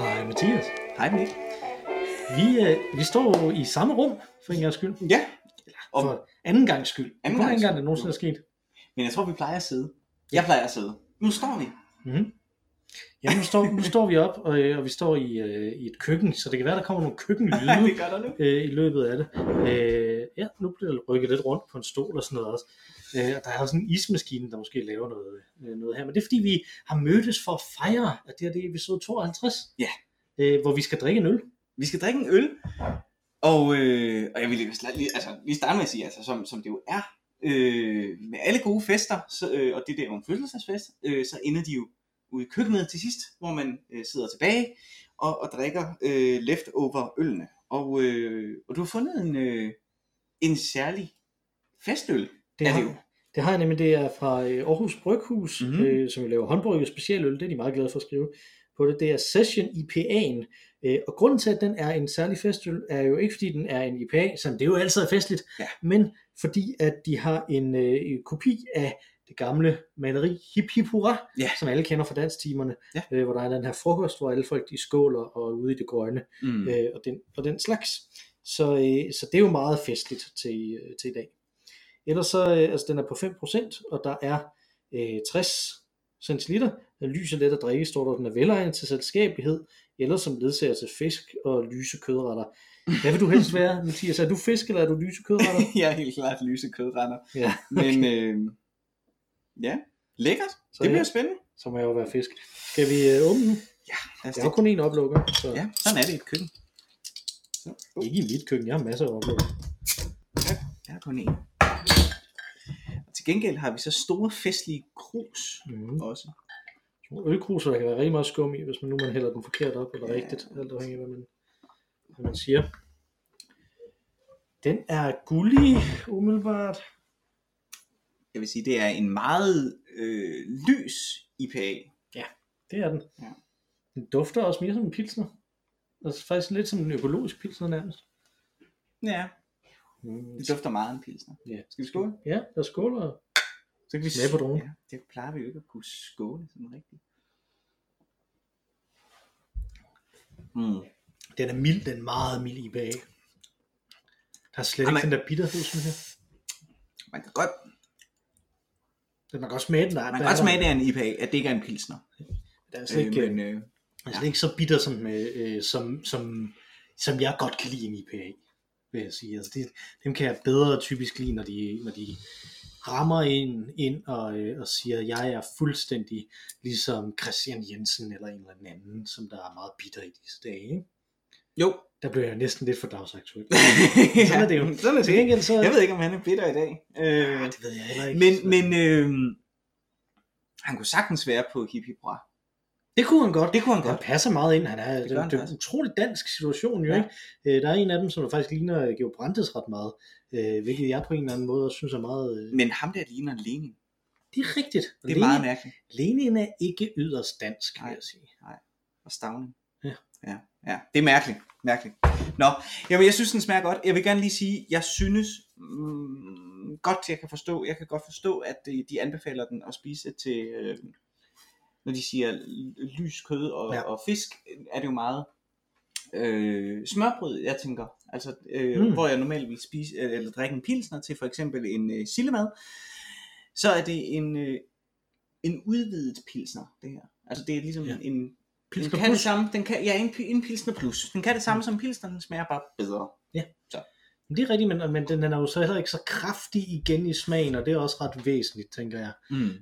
Hej Mathias. Hej Mik. Vi står jo i samme rum for en gangs skyld. Ja. For anden gangs skyld. Anden gang gang det nogensinde er sket. Men jeg tror vi plejer at sidde. Jeg plejer at sidde. Nu står vi. Mm-hmm. Ja, nu står vi op, og vi står i et køkken, så det kan være, der kommer nogle køkkenlyde Det gør der nu. I løbet af det. Ja, nu bliver der rykket lidt rundt på en stol og sådan noget også. Og der er også en ismaskine, der måske laver noget her. Men det er fordi, vi har mødtes for at fejre, at det er det episode 52. Ja. Hvor vi skal drikke en øl. Vi skal drikke en øl. Og jeg vil lige starte med at sige, altså, som det jo er, med alle gode fester, så, og det der er jo en fødselsdagsfest, så ender de jo ude i køkkenet til sidst, hvor man sidder tilbage og drikker leftover ølene. Og du har fundet en særlig festøl. Det har jeg nemlig. Det er fra Aarhus Bryghus, som jo laver håndbrygget specialøl. Det er de meget glade for at skrive på det. Det er Session IPA'en. Og grunden til, at den er en særlig festøl, er jo ikke fordi den er en IPA, som det er jo altid er festligt, men fordi at de har en kopi af det gamle maleri Hip Hip Hurra, som alle kender fra danstimerne, hvor der er den her frokost, hvor alle folk de skåler og er ude i det grønne, og den slags. Så det er jo meget festligt til i dag. Ellers så, altså den er på 5%, og der er 60 centiliter. Den lyser let at drikke, står der, den er velegnet til selskabelighed, eller som ledsager til fisk og lyse kødretter. Hvad vil du helst være, Mathias? Er du fisk, eller er du lyse kødretter? Jeg er helt klart lyse kødretter. Ja, okay. Men ja, lækkert. Så det bliver spændende. Så må jeg jo være fisk. Skal vi åbne den? Ja, jeg har kun én oplukker. Så. Ja, sådan er det i et køkken. Ikke i mit køkken, jeg har masser af oplukker. Ja, jeg har kun én. Og til gengæld har vi så store festlige krus også. Ølkruser, der kan være rigtig meget skum i, hvis man hælder den forkert op, eller rigtigt, alt afhængig af, hvad man siger. Den er gullig, umiddelbart. Jeg vil sige, det er en meget lys IPA. Ja, det er den. Ja. Den dufter også mere som en pilsner. Altså faktisk lidt som en økologisk pilsner nærmest. Ja, det dufter meget af en pilsner. Ja. Skal vi skåle? Ja, der skåler. Så kan vi smage på dronen. Ja, det plejer vi jo ikke at kunne skåle sådan rigtigt. Den er mild, den er meget mild IPA. Der er slet ikke den der bitterhed, synes jeg. Man kan godt smage den. Man kan godt smage det af en IPA, at det ikke er en pilsner. Der er slet ikke så bitter som jeg godt kan lide en IPA, vil jeg sige. Altså dem kan jeg bedre typisk lide, når de rammer ind og siger, at jeg er fuldstændig ligesom Christian Jensen eller en eller anden, som der er meget bitter i disse dage, ikke? Jo. Der blev jeg næsten lidt for dagsaktuel. Sådan er det jo. Sådan er det. Gengæld, så... Jeg ved ikke, om han er bitter i dag. Det ved jeg heller ikke. Men han kunne sagtens være på Hip Hip Hurra. Det kunne han godt. Han passer meget ind. Det er en utrolig dansk situation jo, ikke? Der er en af dem, som der faktisk ligner Georg Brandes ret meget, hvilket jeg på en eller anden måde synes er meget... Men ham der ligner Lenin. Det er rigtigt. Det er meget mærkeligt. Lenin er ikke yderst dansk, vil jeg sige. Nej. Og Stavning. Ja. Det er mærkeligt. Nå, jamen jeg synes den smager godt. Jeg vil gerne lige sige, jeg synes jeg kan godt forstå, at de anbefaler den at spise til, når de siger lys kød og fisk, er det jo meget smørbrød, jeg tænker. Altså, hvor jeg normalt vil spise eller drikke en pilsner til for eksempel en sillemad, så er det en udvidet pilsner, det her. Altså det er ligesom en pilsner den kan plus. Det samme, en pilsner plus. Den kan det samme som pilsner, den smager bare bedre. Ja. Så. Det er rigtigt, men den er jo så heller ikke så kraftig igen i smagen, og det er også ret væsentligt, tænker jeg.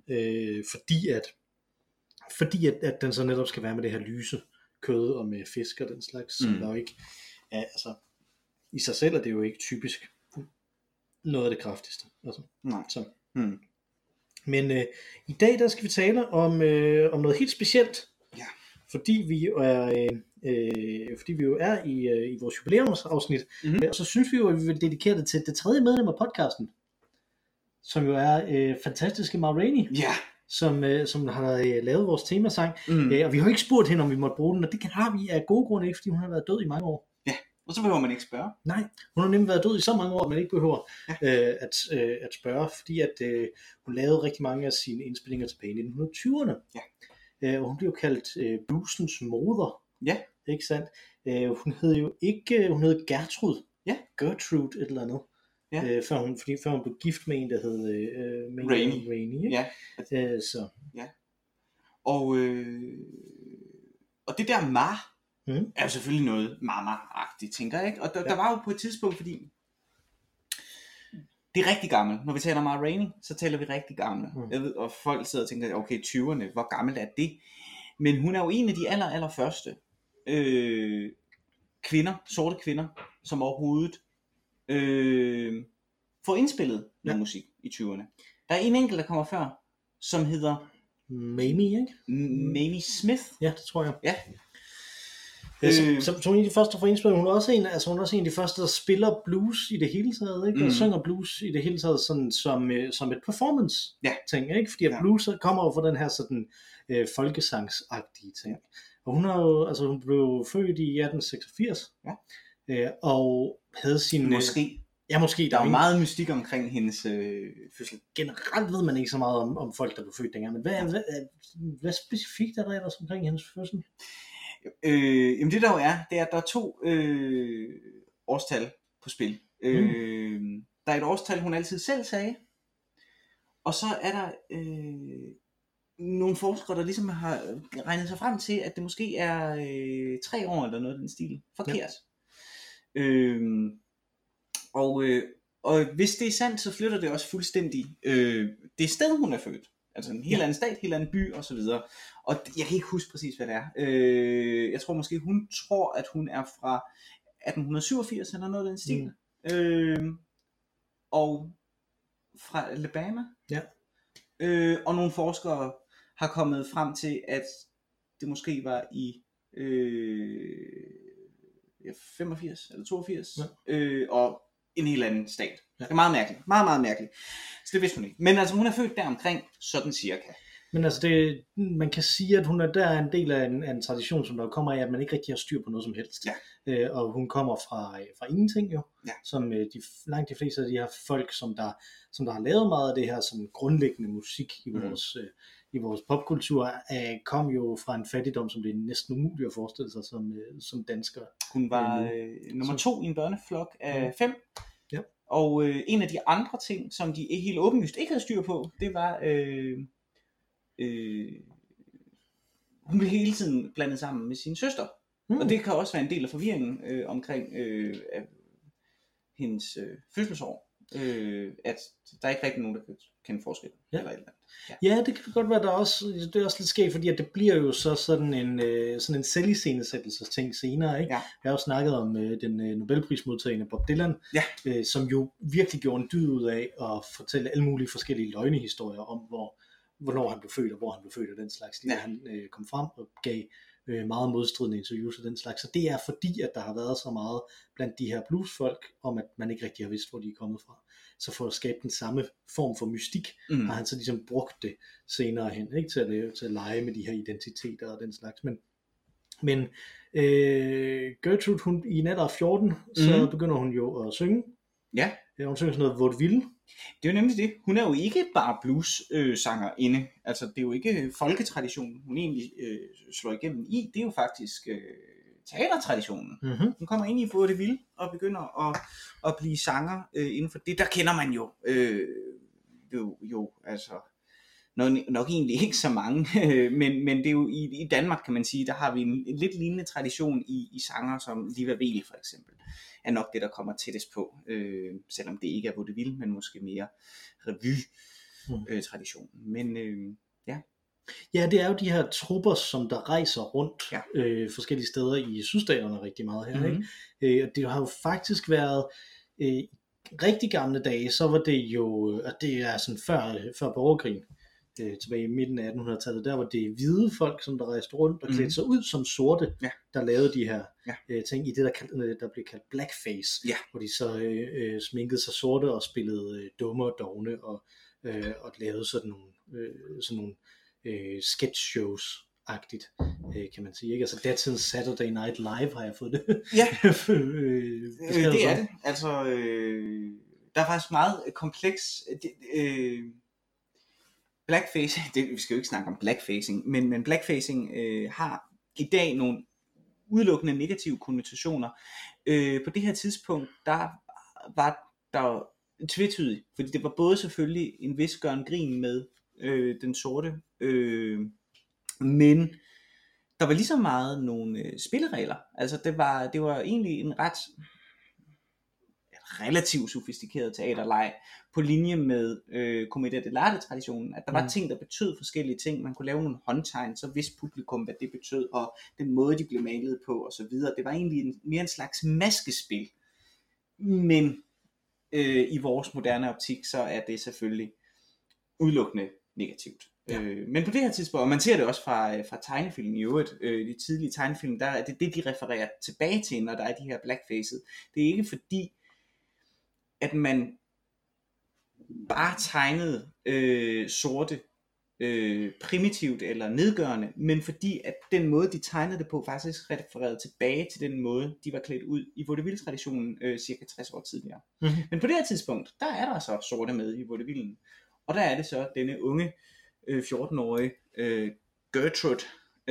Fordi at den så netop skal være med det her lyse kød og med fisk og den slags, som der jo ikke er, altså i sig selv er det jo ikke typisk noget af det kraftigste. Altså. Nej. Så. Men i dag der skal vi tale om noget helt specielt. Ja. Fordi vi jo er i vores jubilæumsafsnit, og så synes vi jo, at vi vil dedikere det til det tredje medlem af podcasten, som jo er fantastiske Ma Rainey, som har lavet vores temasang, og vi har ikke spurgt hende, om vi måtte bruge den, og det har vi af gode grunde ikke, fordi hun har været død i mange år. Ja, og så behøver man ikke spørge. Nej, hun har nemlig været død i så mange år, at man ikke behøver at spørge, fordi at hun lavede rigtig mange af sine indspillinger tilbage i 1920'erne. Ja. Og hun blev kaldt bluesens moder. Ja. ikke sandt? Hun hed jo ikke, hun hed Gertrud. Ja. Gertrude et eller andet. Ja. Før hun blev gift med en, der hed Rainey. ikke? Ja. Så. Ja. Og det der Mar er jo selvfølgelig noget Mama-agtigt, tænker jeg, ikke? Og der var jo på et tidspunkt, fordi det er rigtig gammelt. Når vi taler Ma Rainey, så taler vi rigtig gammel. Jeg ved, og folk sidder og tænker, okay, 20'erne, hvor gammelt er det? Men hun er jo en af de allerførste kvinder, sorte kvinder, som overhovedet får indspillet noget musik i 20'erne. Der er en enkelt, der kommer før, som hedder Mamie, ikke? Mamie Smith. Ja, det tror jeg. Ja. Som en af de første, der får indspillet. Hun er også en af de første, der spiller blues i det hele taget, ikke? Og synger blues i det hele taget sådan som et performance ting, ikke? Fordi blues kommer jo fra den her sådan folkesangsagtige ting. Og hun har jo, altså hun blev født i 1886. Og havde sin måske. Ja, måske. Der er jo meget mystik omkring hendes fødsel. Generelt ved man ikke så meget om folk, der blev født dengang, men hvad specifikt er der ellers omkring hendes fødsel? Jamen det der jo er, det er, at der er 2 årstal på spil. Der er et årstal, hun altid selv sagde, og så er der nogle forskere, der ligesom har regnet sig frem til, at det måske er 3 år eller noget af den stil. Forkert. Og hvis det er sandt, så flytter det også fuldstændig det sted, hun er født. Altså en helt anden stat, helt anden by og så videre. Og jeg kan ikke huske præcis, hvad det er. Jeg tror måske, hun tror, at hun er fra 1887 eller noget af den stil. Og fra Alabama. Ja. Og nogle forskere har kommet frem til, at det måske var i 85 eller 82. Og en helt anden stat. Det er meget mærkeligt. Meget, meget mærkeligt. Så det vidste hun ikke. Men altså hun er født der omkring sådan cirka. Men altså man kan sige, at hun er der en del af en tradition, som der kommer af, at man ikke rigtig har styr på noget som helst. Og hun kommer fra ingenting jo. Som langt de fleste af de her folk, som der har lavet meget af det her som grundlæggende musik i vores popkultur, kom jo fra en fattigdom, som det er næsten umuligt at forestille sig som dansker. Hun var nummer 2 i en børneflok af 5. Og en af de andre ting, som de helt åbenlyst ikke havde styr på, det var, hun blev hele tiden blandet sammen med sin søster. Og det kan også være en del af forvirringen omkring hendes fødselsår. At der er ikke rigtig nogen, der kan kende forskel. Eller et eller andet. Ja, det kan godt være, det er også lidt skægt, fordi at det bliver jo så sådan en selviscenesættelsesting senere, ikke? Jeg har jo snakket om den Nobelprismodtagende Bob Dylan, som jo virkelig gjorde en dyd ud af at fortælle alle mulige forskellige løgnehistorier om, hvornår han blev født, og hvor han blev født, og den slags. Han kom frem og gav meget modstridende interviews og den slags. Så det er fordi, at der har været så meget blandt de her bluesfolk, om at man ikke rigtig har vidst, hvor de er kommet fra. Så for at skabe den samme form for mystik, har han så ligesom brugt det senere hen, ikke? Til at lege med de her identiteter og den slags. Men Gertrude, hun i en alder af 14, så begynder hun jo at synge. Ja. Hun synger sådan noget vaudeville. Det er jo nemlig det. Hun er jo ikke bare blues-sangerinde. Altså det er jo ikke folketraditionen, hun egentlig slår igennem i. Det er jo faktisk teatertraditionen. Hun kommer ind i vaudeville og begynder at blive sanger inden for det. Der kender man jo altså nok egentlig ikke så mange, men det er jo i Danmark, kan man sige, der har vi en lidt lignende tradition i sanger som Liva Veli for eksempel, er nok det, der kommer tættest på, selvom det ikke er vaudeville, men måske mere revy-traditionen. Men Ja, det er jo de her trupper, som der rejser rundt forskellige steder i sydstaterne rigtig meget her, ikke? Og det har jo faktisk været rigtig gamle dage, så var det jo, og det er sådan før borgerkrigen, tilbage i midten af 1800-tallet, der var det hvide folk, som der rejste rundt og klædte sig ud som sorte, der lavede de her ting i det, der blev kaldt blackface, hvor de så sminkede sig sorte og spillede dumme og dogne og lavede sådan nogle sketch shows agtigt, kan man sige, ikke? Altså That's Saturday Night Live har jeg fået det. Ja, det er det. Altså, der er faktisk meget kompleks. Blackface, vi skal jo ikke snakke om blackfacing, men blackfacing har i dag nogle udelukkende negative konnotationer. På det her tidspunkt, der var der tvetydigt, fordi det var både selvfølgelig en vis gøren grin med den sorte, men der var lige så meget nogle spilleregler. Altså det var egentlig en relativt sofistikeret teaterleg, på linje med commedia dell'arte traditionen, at der var ting, der betød forskellige ting. Man kunne lave nogle håndtegn, så vidste publikum, hvad det betød, og den måde, de blev malet på, og så videre. Det var egentlig mere en slags maskespil. Men i vores moderne optik, så er det selvfølgelig udelukkende negativt. Ja. Men på det her tidspunkt, og man ser det også fra tegnefilm i øvrigt, de tidlige tegnefilm, der er det, de refererer tilbage til, når der er de her blackfaces. Det er ikke fordi, at man bare tegnede sorte primitivt eller nedgørende, men fordi at den måde de tegnede det på faktisk refererede tilbage til den måde de var klædt ud i vaudeville-traditionen cirka 60 år tidligere. Men på det her tidspunkt, der er der så sorte med i vaudevillen, og der er det så denne unge 14-årige Gertrude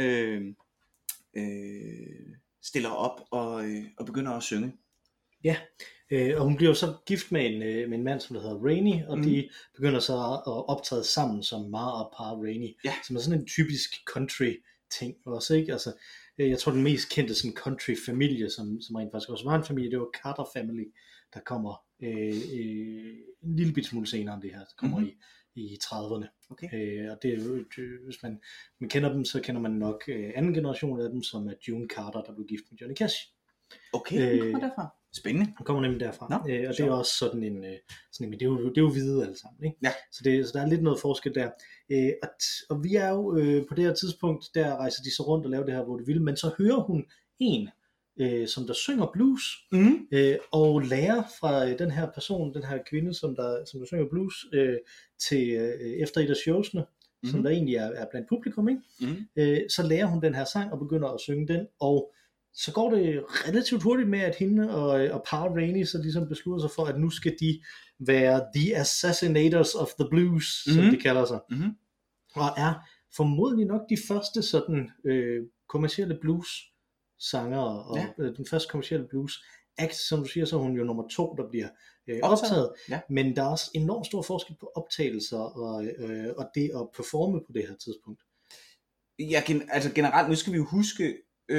stiller op og begynder at synge. Ja, og hun bliver så gift med en mand, som der hedder Rainey, og de begynder så at optræde sammen som Ma og Pa Rainey, som er sådan en typisk country ting også, ikke? Altså, jeg tror den mest kendte sådan country familie, som rent faktisk også var en familie, det var Carter Family, der kommer en lille bit smule senere end det her, der kommer i 30'erne. Okay. Og det er jo, hvis man kender dem, så kender man nok anden generation af dem, som er June Carter, der blev gift med Johnny Cash. Okay, den kommer derfra. Spændende. Den kommer nemlig derfra. Og det er også sådan en, men det er jo hvide alle sammen, ikke? Ja. Så der er lidt noget forskel der. Og vi er jo på det her tidspunkt, der rejser de så rundt og laver det her, hvor de vil, men så hører hun en, som der synger blues, og lærer fra den her person, den her kvinde, som der synger blues, til efter et af showsene, som der egentlig er blandt publikum, ikke? Så lærer hun den her sang og begynder at synge den, og så går det relativt hurtigt med, at hende og Pa Rainey så ligesom beslutter sig for, at nu skal de være the assassinators of the blues, som de kalder sig. Og er formodentlig nok de første sådan kommercielle blues sanger, og den første kommercielle blues act, som du siger, så er hun jo nummer 2, der bliver optaget. Men der er også enormt stor forskel på optagelser og det at performe på det her tidspunkt. Ja, altså generelt, nu skal vi jo huske,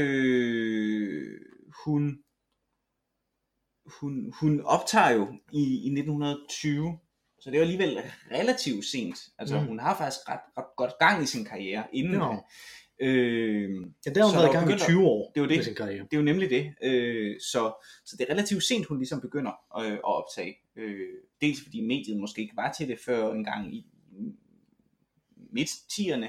hun optager jo i 1920, så det er jo alligevel relativt sent. Altså hun har faktisk ret godt gang i sin karriere inden. Ja, der har hun været i gang i 20 år med sin karriere. Det er jo nemlig det. Så det er relativt sent, hun ligesom begynder at optage. Dels fordi mediet måske ikke var til det før en gang i midt-tierne.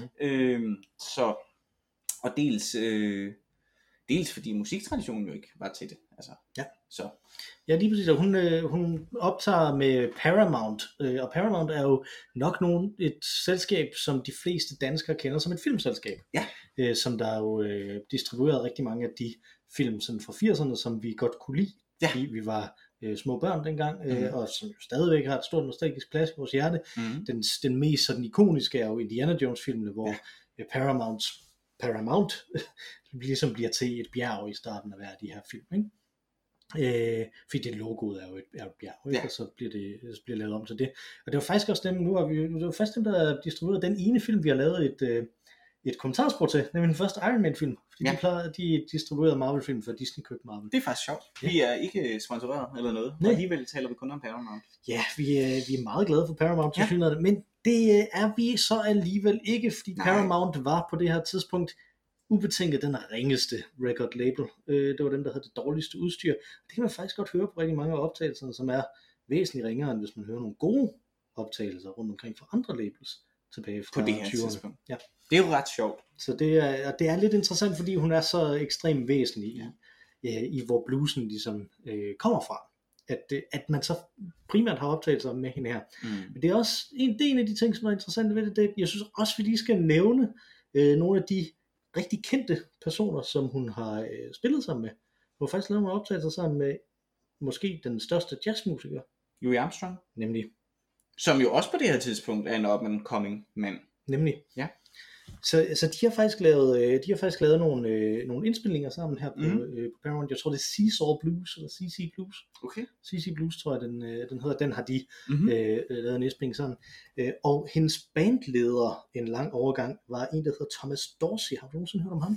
Og dels fordi musiktraditionen jo ikke var til det. Altså, så. Ja, lige præcis. Hun optager med Paramount, og Paramount er jo nok et selskab, som de fleste danskere kender som et filmselskab, som der jo distribuerede rigtig mange af de film sådan fra 80'erne, som vi godt kunne lide, fordi vi var små børn dengang, og som jo stadigvæk har et stort nostalgisk plads i vores hjerte. Den mest sådan ikoniske er jo Indiana Jones filmene, hvor Paramount ligesom bliver til et bjerg i starten af hver af de her film, ikke? Fordi det logoet er jo et bjerg, ikke? Og så bliver det lavet om til det. Og det var faktisk også dem, det var faktisk dem, der distribuerede den ene film, vi har lavet et kommentarspor til, nemlig den første Iron Man film, fordi de distribuerede Marvel-film, for Disney købte Marvel. Det er faktisk sjovt. Vi er ikke sponsoreret eller noget, og alligevel taler vi kun om Paramount. Ja, vi er meget glade for Paramount, men det er vi så alligevel ikke, fordi Paramount var på det her tidspunkt ubetinget den ringeste record label. Det var dem, der havde det dårligste udstyr. Det kan man faktisk godt høre på rigtig mange af optagelserne, som er væsentligt ringere, end hvis man hører nogle gode optagelser rundt omkring fra andre labels tilbage fra på det her 20'erne. Tidspunkt. Ja. Det er jo ret sjovt. Så det er lidt interessant, fordi hun er så ekstremt væsentlig i hvor bluesen ligesom kommer fra. At man så primært har optagelser med hende her. Men det er også en af de ting, som er interessant ved det. Jeg synes også, vi lige skal nævne nogle af de rigtig kendte personer, som hun har spillet sammen med. Hun har faktisk lavet nogle optagelser sammen med måske den største jazzmusiker. Louis Armstrong. Nemlig. Som jo også på det her tidspunkt er en up and coming mand. Nemlig. Ja. Så de har faktisk lavet nogle indspilninger sammen her på Paramount. Jeg tror det er Seesaw Blues eller CC Blues. Okay. CC Blues tror jeg den hedder. Den har de lavet en indspilning sammen. Og hendes bandleder en lang overgang var en der hedder Thomas Dorsey. Har du nogensinde hørt om ham?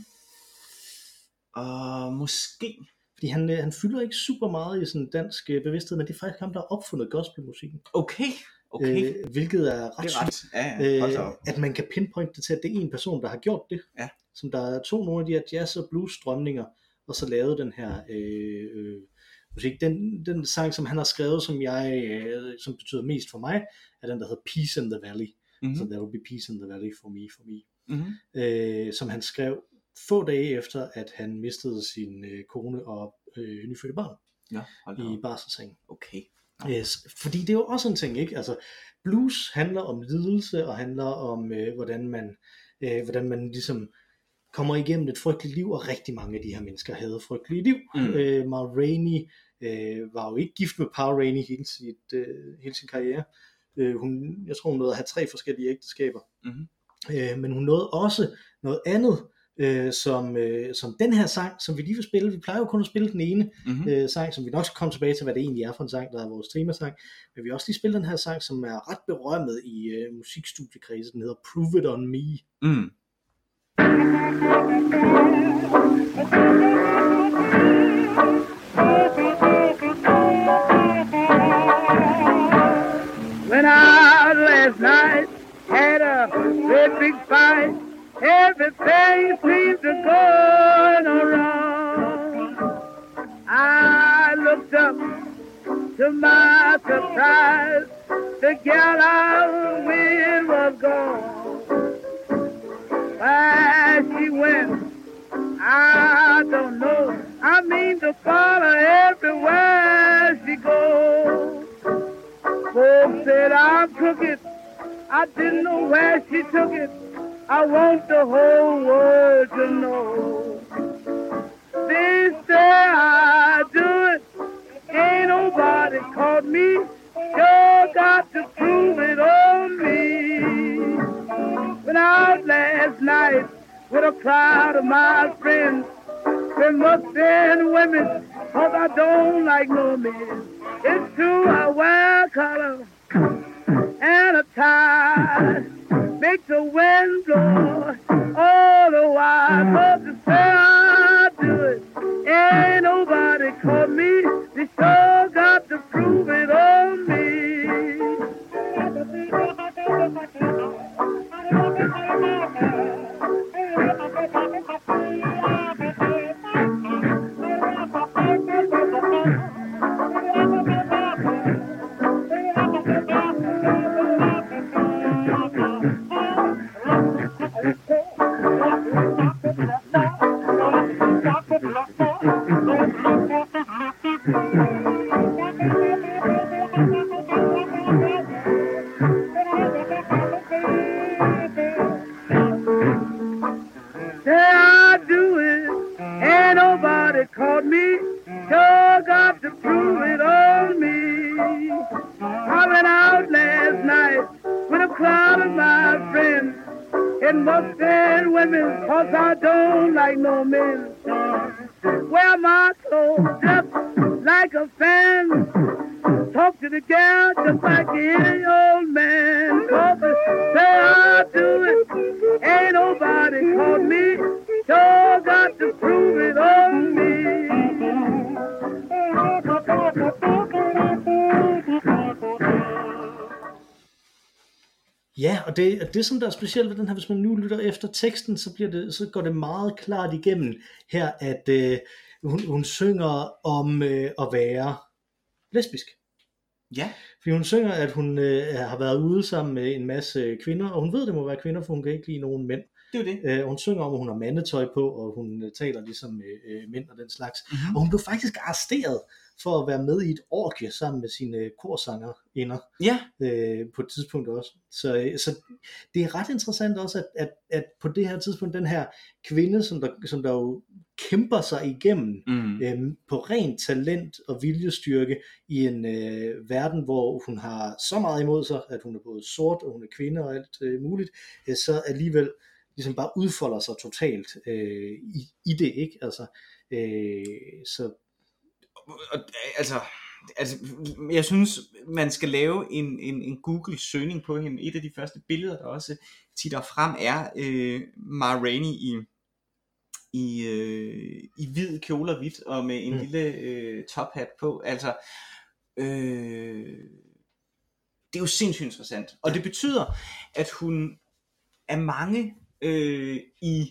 Måske. Fordi han fylder ikke super meget i sådan dansk bevidsthed, men det er faktisk ham der har opfundet gospelmusikken. Okay. Hvilket er ret sygt, at man kan pinpointe det til, at det er en person, der har gjort det. Ja. Som der tog nogle af de her jazz- og blues-strømninger, og så lavede den her musik. Den sang, som han har skrevet, som betyder mest for mig, er den, der hedder Peace in the Valley. Så there will be peace in the valley for me. Som han skrev få dage efter, at han mistede sin kone og nyfødte barn i barselssengen. Okay. Yes, fordi det er jo også en ting, ikke? Altså, blues handler om lidelse og handler om hvordan man ligesom kommer igennem et frygteligt liv, og rigtig mange af de her mennesker havde frygtelige liv. Ma Rainey var jo ikke gift med Pa Rainey hele sin karriere. Jeg tror hun nåede at have 3 forskellige ægteskaber. Men hun nåede også noget andet, som den her sang, som vi lige vil spille. Vi plejer jo kun at spille den ene sang, som vi nok skal komme tilbage til, hvad det egentlig er for en sang, der er vores temasang. Men vi også lige spille den her sang, som er ret berømmet i musikstudiekredse. Den hedder Prove It On Me. Went out last night, had a great big fight. Everything seems to go wrong. I looked up, to my surprise, the gal I was with was gone. Where she went, I don't know. I mean to follow everywhere she goes. Folks said I'm crooked, I didn't know where she took it. I want the whole world to know. They say I do it, ain't nobody caught me. Sure got to prove it on me. Went out last night with a crowd of my friends. There must be women, 'cause I don't like no men. It's true I wear a collar and a tie. Make the wind blow all the while. But to say I do it, ain't nobody caught me. They sure got to prove it on me. Ja, og det som der er specielt ved den her, hvis man nu lytter efter teksten, så går det meget klart igennem her, at hun synger om at være lesbisk. Ja. Fordi hun synger, at hun har været ude sammen med en masse kvinder, og hun ved, det må være kvinder, for hun kan ikke lide nogen mænd. Det er det. Hun synger om, at hun har mandetøj på, og hun taler ligesom med mænd og den slags. Og hun blev faktisk arresteret for at være med i et orgie sammen med sine korsangerinder på et tidspunkt også. Så det er ret interessant også, at på det her tidspunkt, den her kvinde, som der jo kæmper sig igennem på rent talent og viljestyrke i en verden, hvor hun har så meget imod sig, at hun er både sort, og hun er kvinde og alt muligt, så alligevel ligesom bare udfolder sig totalt i det, ikke? Altså, så... Altså, jeg synes, man skal lave en Google-søgning på hende. Et af de første billeder, der også titter frem, er Ma Rainey i hvid kjole og hvidt, og med en lille tophat på. Altså, det er jo sindssygt interessant. Og det betyder, at hun er mange i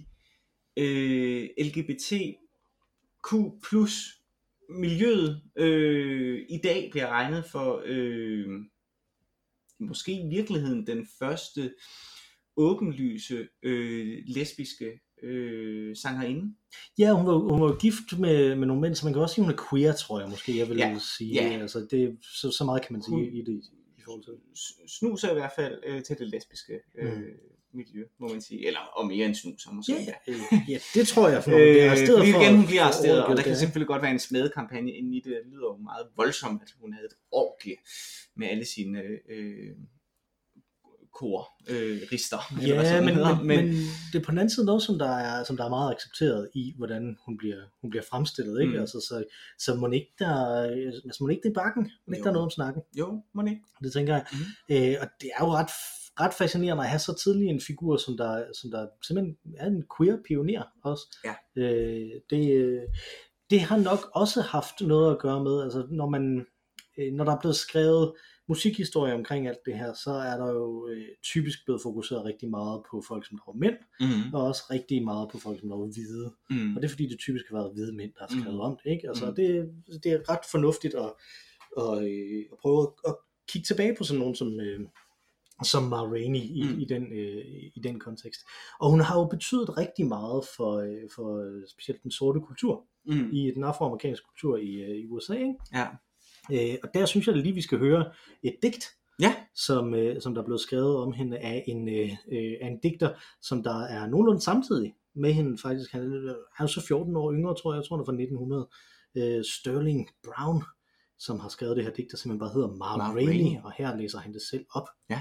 LGBTQ plus miljøet i dag bliver regnet for måske i virkeligheden den første åbenlyse lesbiske sangerinde. Ja, hun var gift med nogle mænd, så man kan også sige, hun er queer, tror jeg måske, jeg vil sige. Ja. Altså, det, så meget kan man sige i det i forhold til. Snuser i hvert fald til det lesbiske miljø, må man sige. Eller og mere end snuser, måske. Ja, det tror jeg. Hun bliver arresteret, og der kan selvfølgelig godt være en smedekampagne inde i det. Det lyder jo meget voldsomt, at hun havde et orgie med alle sine rister. Ja, men det er på den anden side noget, som der er meget accepteret i, hvordan hun bliver fremstillet, ikke? Altså, så må ikke det er bakken, må ikke der er noget om snakken. Jo, må ikke. Det tænker jeg. Og det er jo ret fascinerende at have så tidlig en figur, som der simpelthen er en queer pioner også. Ja. Det har nok også haft noget at gøre med, altså når der er blevet skrevet musikhistorie omkring alt det her, så er der jo typisk blevet fokuseret rigtig meget på folk, som der var mænd, og også rigtig meget på folk, som der var hvide. Og det er fordi, det typisk har været hvide mænd, der har skrevet om det, ikke? Altså, det er ret fornuftigt at prøve at kigge tilbage på sådan nogen som Ma Rainey i den kontekst. Og hun har jo betydet rigtig meget for specielt den sorte kultur, i den afroamerikanske kultur i USA, ikke? Ja. Og der synes jeg lige, vi skal høre et digt, som der er blevet skrevet om hende af en digter, som der er nogenlunde samtidig med hende faktisk. Han er så 14 år yngre, tror jeg han er fra 1900. Sterling Brown, som har skrevet det her digt, der simpelthen bare hedder Ma Rainey, og her læser han det selv op. Ja.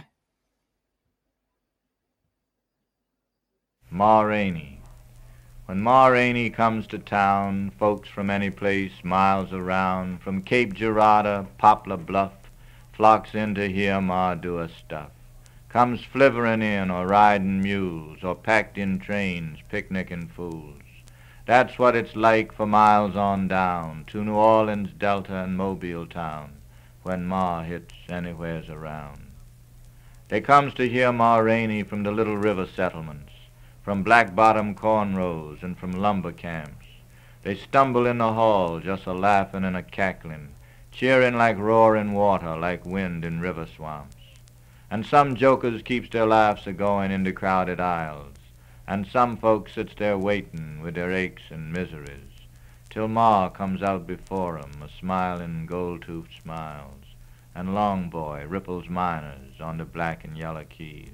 Ma Rainey. When Ma Rainey comes to town, folks from any place miles around, from Cape Girardeau, Poplar Bluff, flocks in to hear Ma do her stuff. Comes flivering in or riding mules, or packed in trains, picnicking fools. That's what it's like for miles on down, to New Orleans, Delta, and Mobile town, when Ma hits anywheres around. They comes to hear Ma Rainey from the little river settlements, from black-bottom corn rows and from lumber camps. They stumble in the hall, just a-laughing and a-cackling, cheering like roaring water, like wind in river swamps. And some jokers keeps their laughs a-going in the crowded aisles, and some folks sits there waiting with their aches and miseries, till Ma comes out before 'em, a-smiling gold-toothed smiles, and Long Boy ripples minors on the black and yellow keys.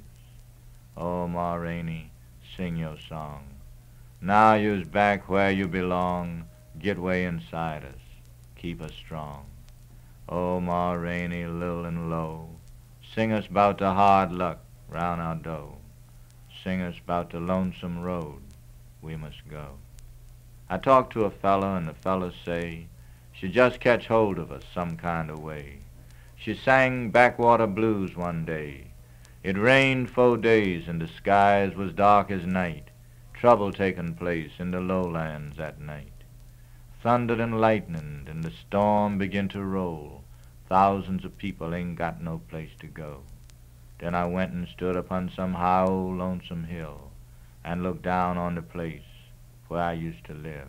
Oh, Ma Rainey, sing your song. Now you's back where you belong. Get way inside us. Keep us strong. Oh, Ma Rainey, lil and low. Sing us 'bout the hard luck round our door. Sing us 'bout the lonesome road we must go. I talked to a fella, and the fella say she'd just catch hold of us some kind of way. She sang backwater blues one day. It rained 4 days, and the skies was dark as night, trouble taking place in the lowlands at night. Thundered and lightened, and the storm began to roll. Thousands of people ain't got no place to go. Then I went and stood upon some high old lonesome hill, and looked down on the place where I used to live.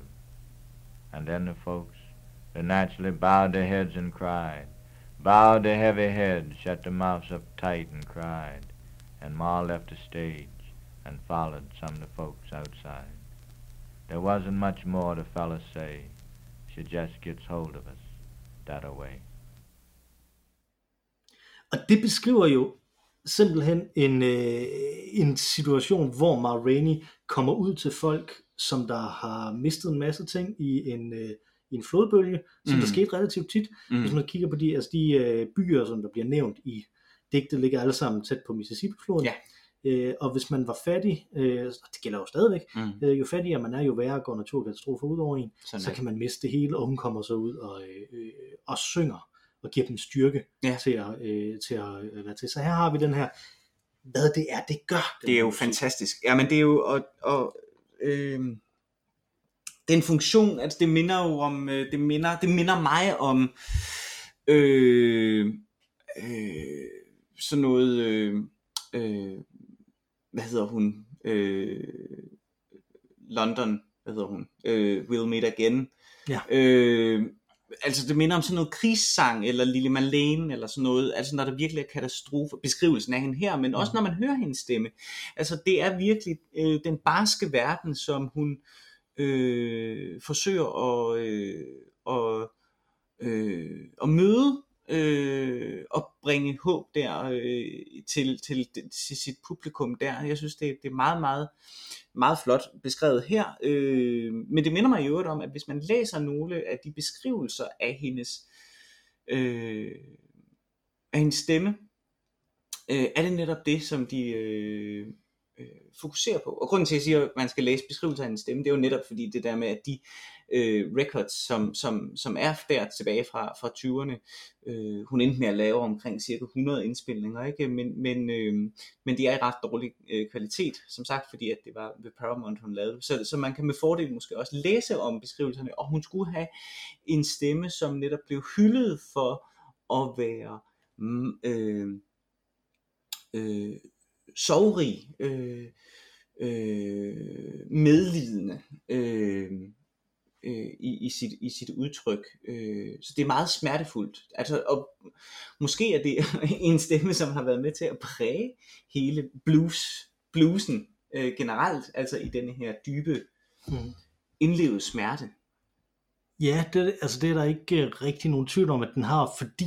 And then the folks, they naturally bowed their heads and cried, bowed their heavy heads, shut their mouths up tight and cried. And Ma left the stage and followed some of the folks outside. There wasn't much more the fella say. She just gets hold of us that away. Og det beskriver jo simpelthen en situation, hvor Ma Rainey kommer ud til folk, som der har mistet en masse ting i en flodbølge, som der skete relativt tit. Hvis man kigger på de byer, som der bliver nævnt i digtet, ligger alle sammen tæt på Mississippi-floden. Og hvis man var fattig, det gælder jo stadigvæk, jo fattigere man er, jo værre går naturkatastrofer ud over en, så kan man miste det hele, og hun kommer så ud og synger, og giver dem styrke til at være til. Så her har vi den her, hvad det er, det gør. Det er jo fantastisk. Ja, men det er jo, den funktion, altså det minder jo om, det minder mig om, sådan noget, hvad hedder hun, London, hvad hedder hun, We'll Meet Again. Ja. Altså det minder om sådan noget krigssang, eller Lili Marlene, eller sådan noget, altså når der virkelig er katastrofe, beskrivelsen af hende her, men også når man hører hendes stemme. Altså det er virkelig den barske verden, som hun forsøger at møde, og bringe håb der til sit publikum der. Jeg synes det er meget, meget, meget flot beskrevet her, men det minder mig i øvrigt om, at hvis man læser nogle af de beskrivelser af hendes stemme, er det netop det, som de fokuserer på. Og grunden til at jeg siger, at man skal læse beskrivelser af hendes stemme, det er jo netop fordi det der med, at de records, som er der tilbage fra 20'erne, hun endte med at lave omkring cirka 100 indspilninger, ikke? Men de er i ret dårlig kvalitet, som sagt, fordi at det var ved Paramount, hun lavede. Så man kan med fordel måske også læse om beskrivelserne, og hun skulle have en stemme, som netop blev hyldet for at være sorgrig, medlidende i sit udtryk, så det er meget smertefuldt, altså, og måske er det en stemme, som har været med til at præge hele bluesen generelt, altså i denne her dybe indlevede smerte. Ja, det er der ikke rigtig nogen tvivl om, at den har,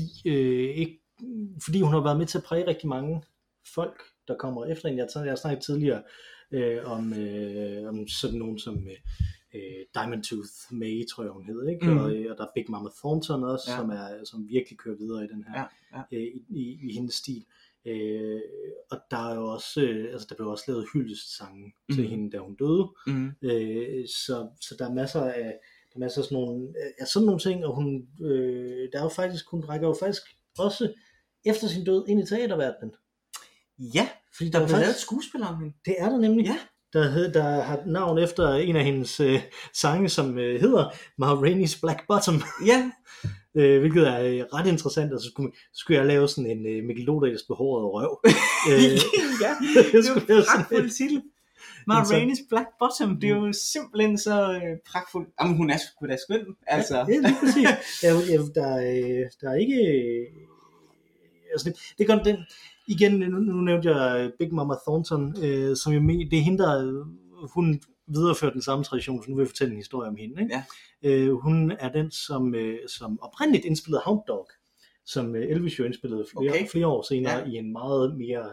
fordi hun har været med til at præge rigtig mange folk, der kommer efter hende. Jeg har snakket tidligere om sådan nogen som Diamond Tooth May, tror jeg hun hed, ikke? Og der er Big Mama Thornton også, som virkelig kører videre i den her i hendes stil. Og der er jo også der blev også lavet hyldestsange til hende, da hun døde. Så der er masser af sådan nogle ting, og hun der er jo faktisk, hun rækker jo faktisk også efter sin død ind i teaterverdenen. Ja, fordi der er lavet et skuespil om hende. Det er der nemlig. Ja. Der har navn efter en af hendes sange, som hedder Ma Rainey's Black Bottom. Ja. Hvilket er ret interessant, og så skulle jeg lave sådan en Mikkel Lodals behårede røv. Ja, det er jo en pragtfuld titel. Ma Rainey's Black Bottom, det er jo simpelthen så pragtfuldt. Jamen hun er sgu da skøn, altså. Ja, det er præcis. Der er ikke... Altså, det gør den... Igen, nu nævnte jeg Big Mama Thornton, som jo det er hende, der hun viderefører den samme tradition, så nu vil jeg fortælle en historie om hende. Ikke? Ja. Hun er den, som oprindeligt indspillede Hound Dog, som Elvis jo indspillede flere år senere i en meget mere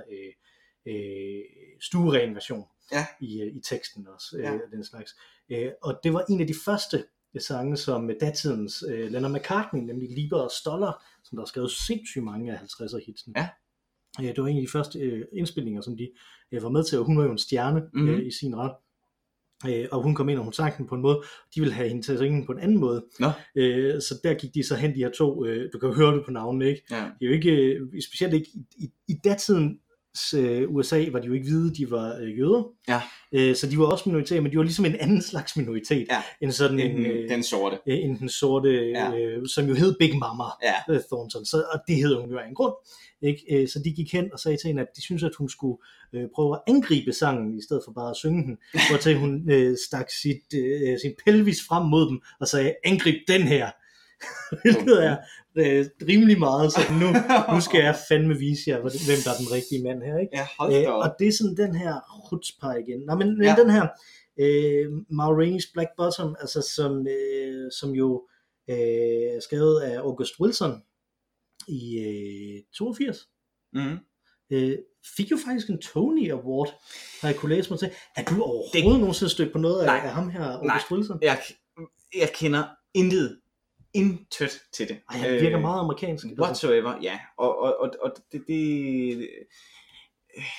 stueren version i teksten også, den slags. Og det var en af de første sange, som datidens Lennon McCartney, nemlig Lieber og Stoller, som der har skrevet sindssygt mange af 50'er hitsene. Ja. Det var en af de første indspilninger, som de var med til, og hun var jo en stjerne i sin ret. Og hun kom ind, og hun sang den på en måde, de ville have hende til at synge den på en anden måde. Så der gik de så hen, de her to, du kan jo høre det på navnene, ikke? Ja. Det er jo ikke, specielt ikke, i datidens USA var de jo ikke hvide, de var jøder. Ja. Så de var også minoriteter, men de var ligesom en anden slags minoritet, end sådan den sorte. End den sorte, som jo hed Big Mama Thornton, og det hed hun jo af en grund. Ikke? Så de gik hen og sagde til hende, at de syntes, at hun skulle prøve at angribe sangen, i stedet for bare at synge den. Hvor hun stak sin pelvis frem mod dem, og sagde, angrib den her. Hvilket er rimelig meget, så nu skal jeg fandme vise jer, hvem der er den rigtige mand her, ikke? Ja, og det er sådan den her rutspar igen. Nå, men den her Ma Rainey's Black Bottom, altså som jo er skrevet af August Wilson i 82. Fik jo faktisk en Tony Award, har jeg kunne læse mig til. Er du overhovedet nogensinde stødt på noget af ham her, August Wilson? Jeg kender intet til det. Ej, han virker meget amerikansk. Whatsoever, ja. Og det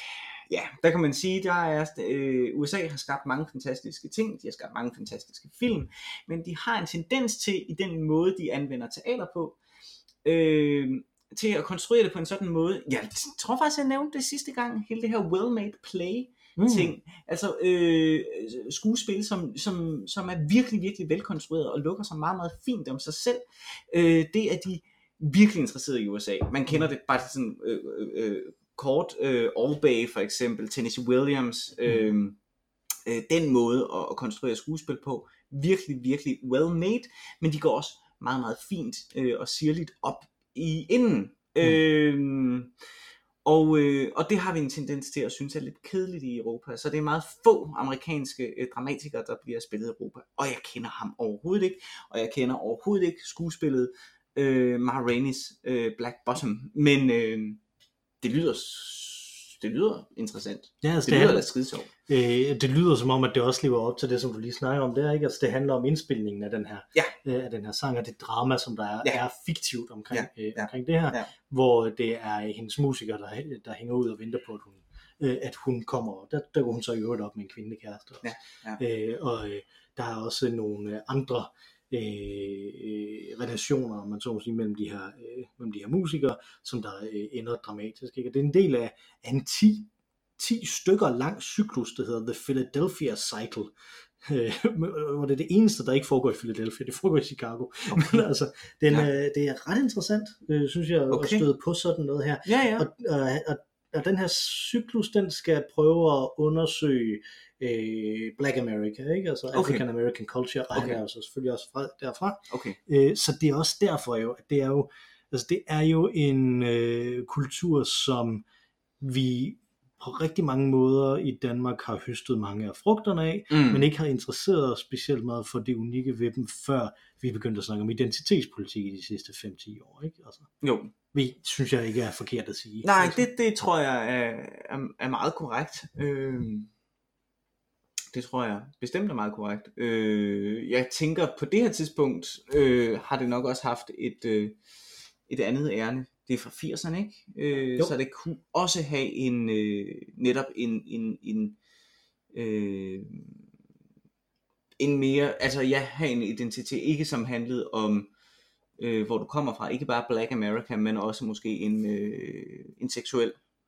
der kan man sige, der er USA har skabt mange fantastiske ting, de har skabt mange fantastiske film, men de har en tendens til, i den måde, de anvender teater på, til at konstruere det på en sådan måde. Jeg tror faktisk, jeg nævnte det sidste gang, hele det her well-made play ting, altså skuespil, som er virkelig, virkelig velkonstrueret og lukker sig meget, meget fint om sig selv. Det er de virkelig interesseret i USA. Man kender det bare sådan kort, All Bay for eksempel, Tennessee Williams, den måde at konstruere skuespil på, virkelig, virkelig well made, men de går også meget, meget fint og sirligt op i enden. Og det har vi en tendens til at synes er lidt kedeligt i Europa, så det er meget få amerikanske dramatikere, der bliver spillet i Europa, og jeg kender ham overhovedet ikke, og jeg kender overhovedet ikke skuespillet Ma Rainey's Black Bottom, men det lyder interessant. Ja, altså det lyder da skidesjovt. Det lyder som om, at det også lever op til det, som du lige snakker om der, ikke? Altså det handler om indspilningen af den her, af den her sang, og det drama, som der er fiktivt omkring det her, hvor det er hendes musikere, der hænger ud og venter på, at hun kommer. Der går hun så i øvrigt op med en kvindekæreste også. Og der er også nogle andre relationer, man så må sige, mellem de her musikere, som der ender dramatisk. Ikke? Og det er en del af en 10 stykker lang cyklus, der hedder The Philadelphia Cycle, hvor det er det eneste, der ikke foregår i Philadelphia, det foregår i Chicago. Okay. Men altså, det er ret interessant, synes jeg, at støde på sådan noget her. Og den her cyklus, den skal prøve at undersøge Black America, ikke? Altså African American culture, og han er jo så selvfølgelig også derfra. Så det er også derfor jo, at det er jo en kultur, som vi på rigtig mange måder i Danmark har høstet mange af frugterne af, men ikke har interesseret os specielt meget for det unikke ved dem, før vi begyndte at snakke om identitetspolitik i de sidste 5-10 år, ikke? Altså, jo. Det synes jeg ikke er forkert at sige. Nej, det tror jeg er meget korrekt. Det tror jeg bestemt er meget korrekt. Jeg tænker, på det her tidspunkt har det nok også haft et andet ærne. Det er fra 80'erne, ikke? Så det kunne også have netop en mere, altså have en identitet, ikke som handlede om, hvor du kommer fra, ikke bare Black America, men også måske en seksuel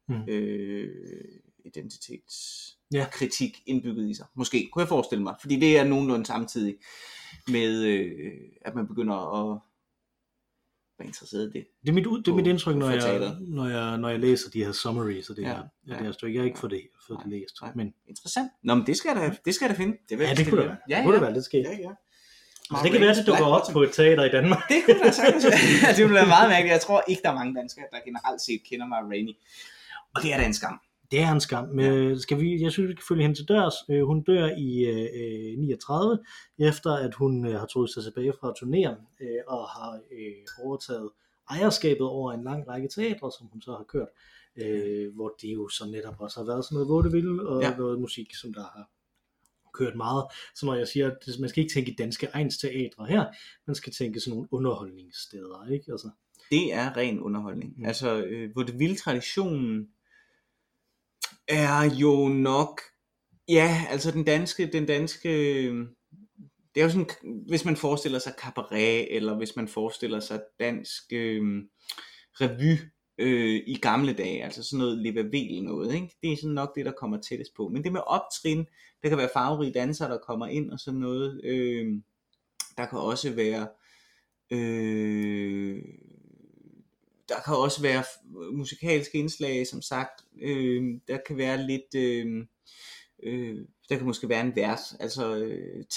identitetskritik indbygget i sig. Måske, kunne jeg forestille mig, fordi det er nogenlunde samtidig med, at man begynder at være interesseret i det. Det er mit indtryk, når jeg læser de her summaries og det her. Jeg har ikke fået det læst. Men interessant. Nå, men det skal jeg da finde. Det kunne det være. Det kunne det være lidt skægt. Altså, det kan være, at det dukker op på et teater i Danmark. Det kunne da sagtens. Det ville være meget mærkeligt. Jeg tror ikke, der er mange danskere, der generelt set kender Ma Rainey. Og det er da en skam. Det er en skam. Men jeg synes, vi kan følge hende til dørs. Hun dør i 39, efter at hun har trukket sig tilbage fra turnéen og har overtaget ejerskabet over en lang række teatre, som hun så har kørt. Hvor det jo så netop også har været sådan noget vaudeville og noget musik, som der har kørt meget. Så når jeg siger, at man skal ikke tænke i danske egnsteatre her, man skal tænke sådan nogle underholdningssteder, ikke? Altså. Det er ren underholdning. Altså, vaudeville-traditionen er jo nok, altså den danske, det er jo sådan, hvis man forestiller sig cabaret, eller hvis man forestiller sig dansk revy i gamle dage, altså sådan noget levavel noget, ikke? Det er sådan nok det, der kommer tættest på. Men det med optrin, der kan være farverige dansere, der kommer ind og sådan noget. Der kan også være musikalske indslag, som sagt. Der kan være lidt der kan måske være en vers, altså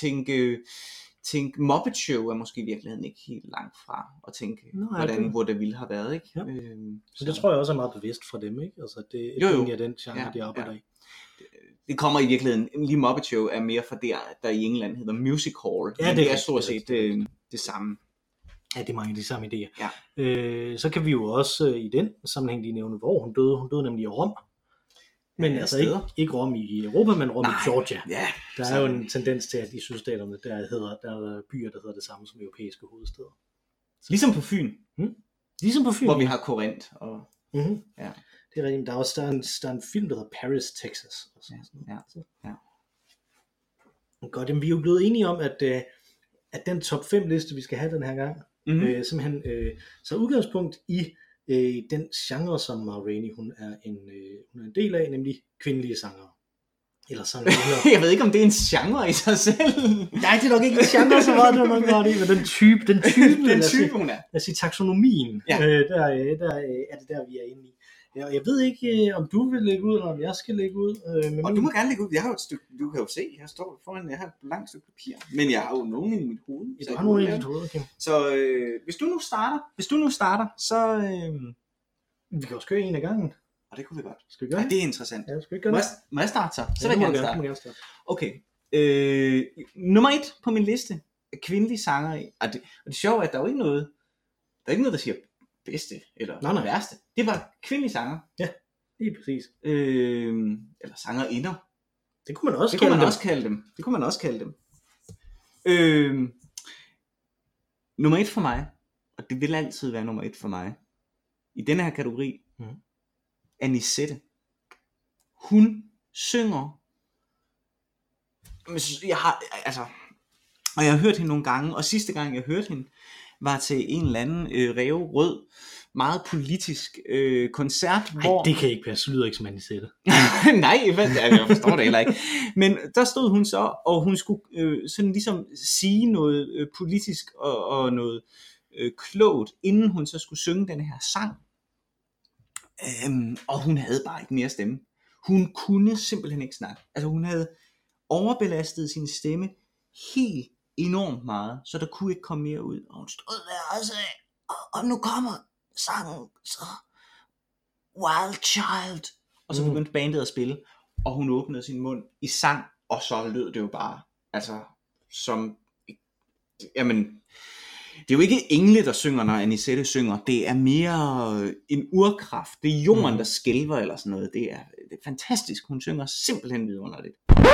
tænk Muppet Show er måske i virkeligheden ikke helt langt fra at tænke, hvor det ville have været, ikke? Så det tror jeg også er meget bevidst fra dem, ikke? Altså det er egentlig den genre, de arbejder i. Det kommer i virkeligheden, lige Muppet Show er mere fra der i England hedder Music Hall. Ja, det er stort set det samme. Ja, det er mange af de samme idéer. Ja. Så kan vi jo også i den sammenhæng lige nævne, hvor hun døde. Hun døde nemlig i Rom. Men altså ikke Rom i Europa, men Rom i Georgia. Ja, der er jo en tendens til, at i sydstaterne, der er byer, der hedder det samme som europæiske hovedsteder. Ligesom på Fyn. Ligesom på Fyn. Hvor vi har Korinth. Og, Det er rigtigt. Der er også der er en film, der hedder Paris, Texas. Og sådan noget. Ja. Godt, jamen, vi er jo blevet enige om, at den top 5 liste, vi skal have den her gang, simpelthen så udgangspunkt i den genre, som Ma Rainey, hun er en del af, nemlig kvindelige sangere. Eller sangere. Jeg ved ikke, om det er en genre i sig selv. Nej, det er nok ikke en genre, så meget, det er nok godt i, men den type, hun er. Lad os sige taksonomien, der er det der, vi er inde i. Ja, jeg ved ikke, om du vil lægge ud, eller om jeg skal lægge ud. Og du må gerne lægge ud. Jeg har jo et stykke, du kan jo se, jeg står foran, jeg har et langt stykke papir. Men jeg har jo nogen i mit hoved. Ja, du har nogen i dit hoved, okay. Så hvis du nu starter, så... Vi kan også køre en af gangen. Og det kunne vi godt. Skal vi gøre det? Ja, det er interessant. Ja, skal vi gøre det? Må jeg starte så? Så ja, vil jeg gerne starte. Okay. Nummer 1 på min liste er kvindelige sanger. Og det sjove er, at der er jo ikke noget, der siger bedste eller værste. Det var kvindelige sanger. Ja, lige præcis. Eller sangerinder. Det kunne man også kalde dem. Det kunne man også kalde dem. Nummer 1 for mig, og det vil altid være nummer 1 for mig, i denne her kategori, Anisette. Hun synger. Og jeg har hørt hende nogle gange, og sidste gang jeg hørte hende, var til en eller anden ræverød, meget politisk koncert. Hvor... det kan ikke passe, så lyder ikke som Anisette. Nej, jeg forstår det heller ikke. Men der stod hun så, og hun skulle sådan ligesom sige noget politisk og noget klogt, inden hun så skulle synge den her sang. Og hun havde bare ikke mere stemme. Hun kunne simpelthen ikke snakke. Altså hun havde overbelastet sin stemme helt enormt meget, så der kunne ikke komme mere ud. Og hun stod der og sagde, og nu kommer sangen, så Wild Child. Og så begyndte bandet at spille, og hun åbnede sin mund i sang, og så lød det jo bare, altså som, jamen, det er jo ikke engle, der synger, når Anisette synger. Det er mere en urkraft. Det er jorden, der skælver eller sådan noget. Det er fantastisk. Hun synger simpelthen vidunderligt.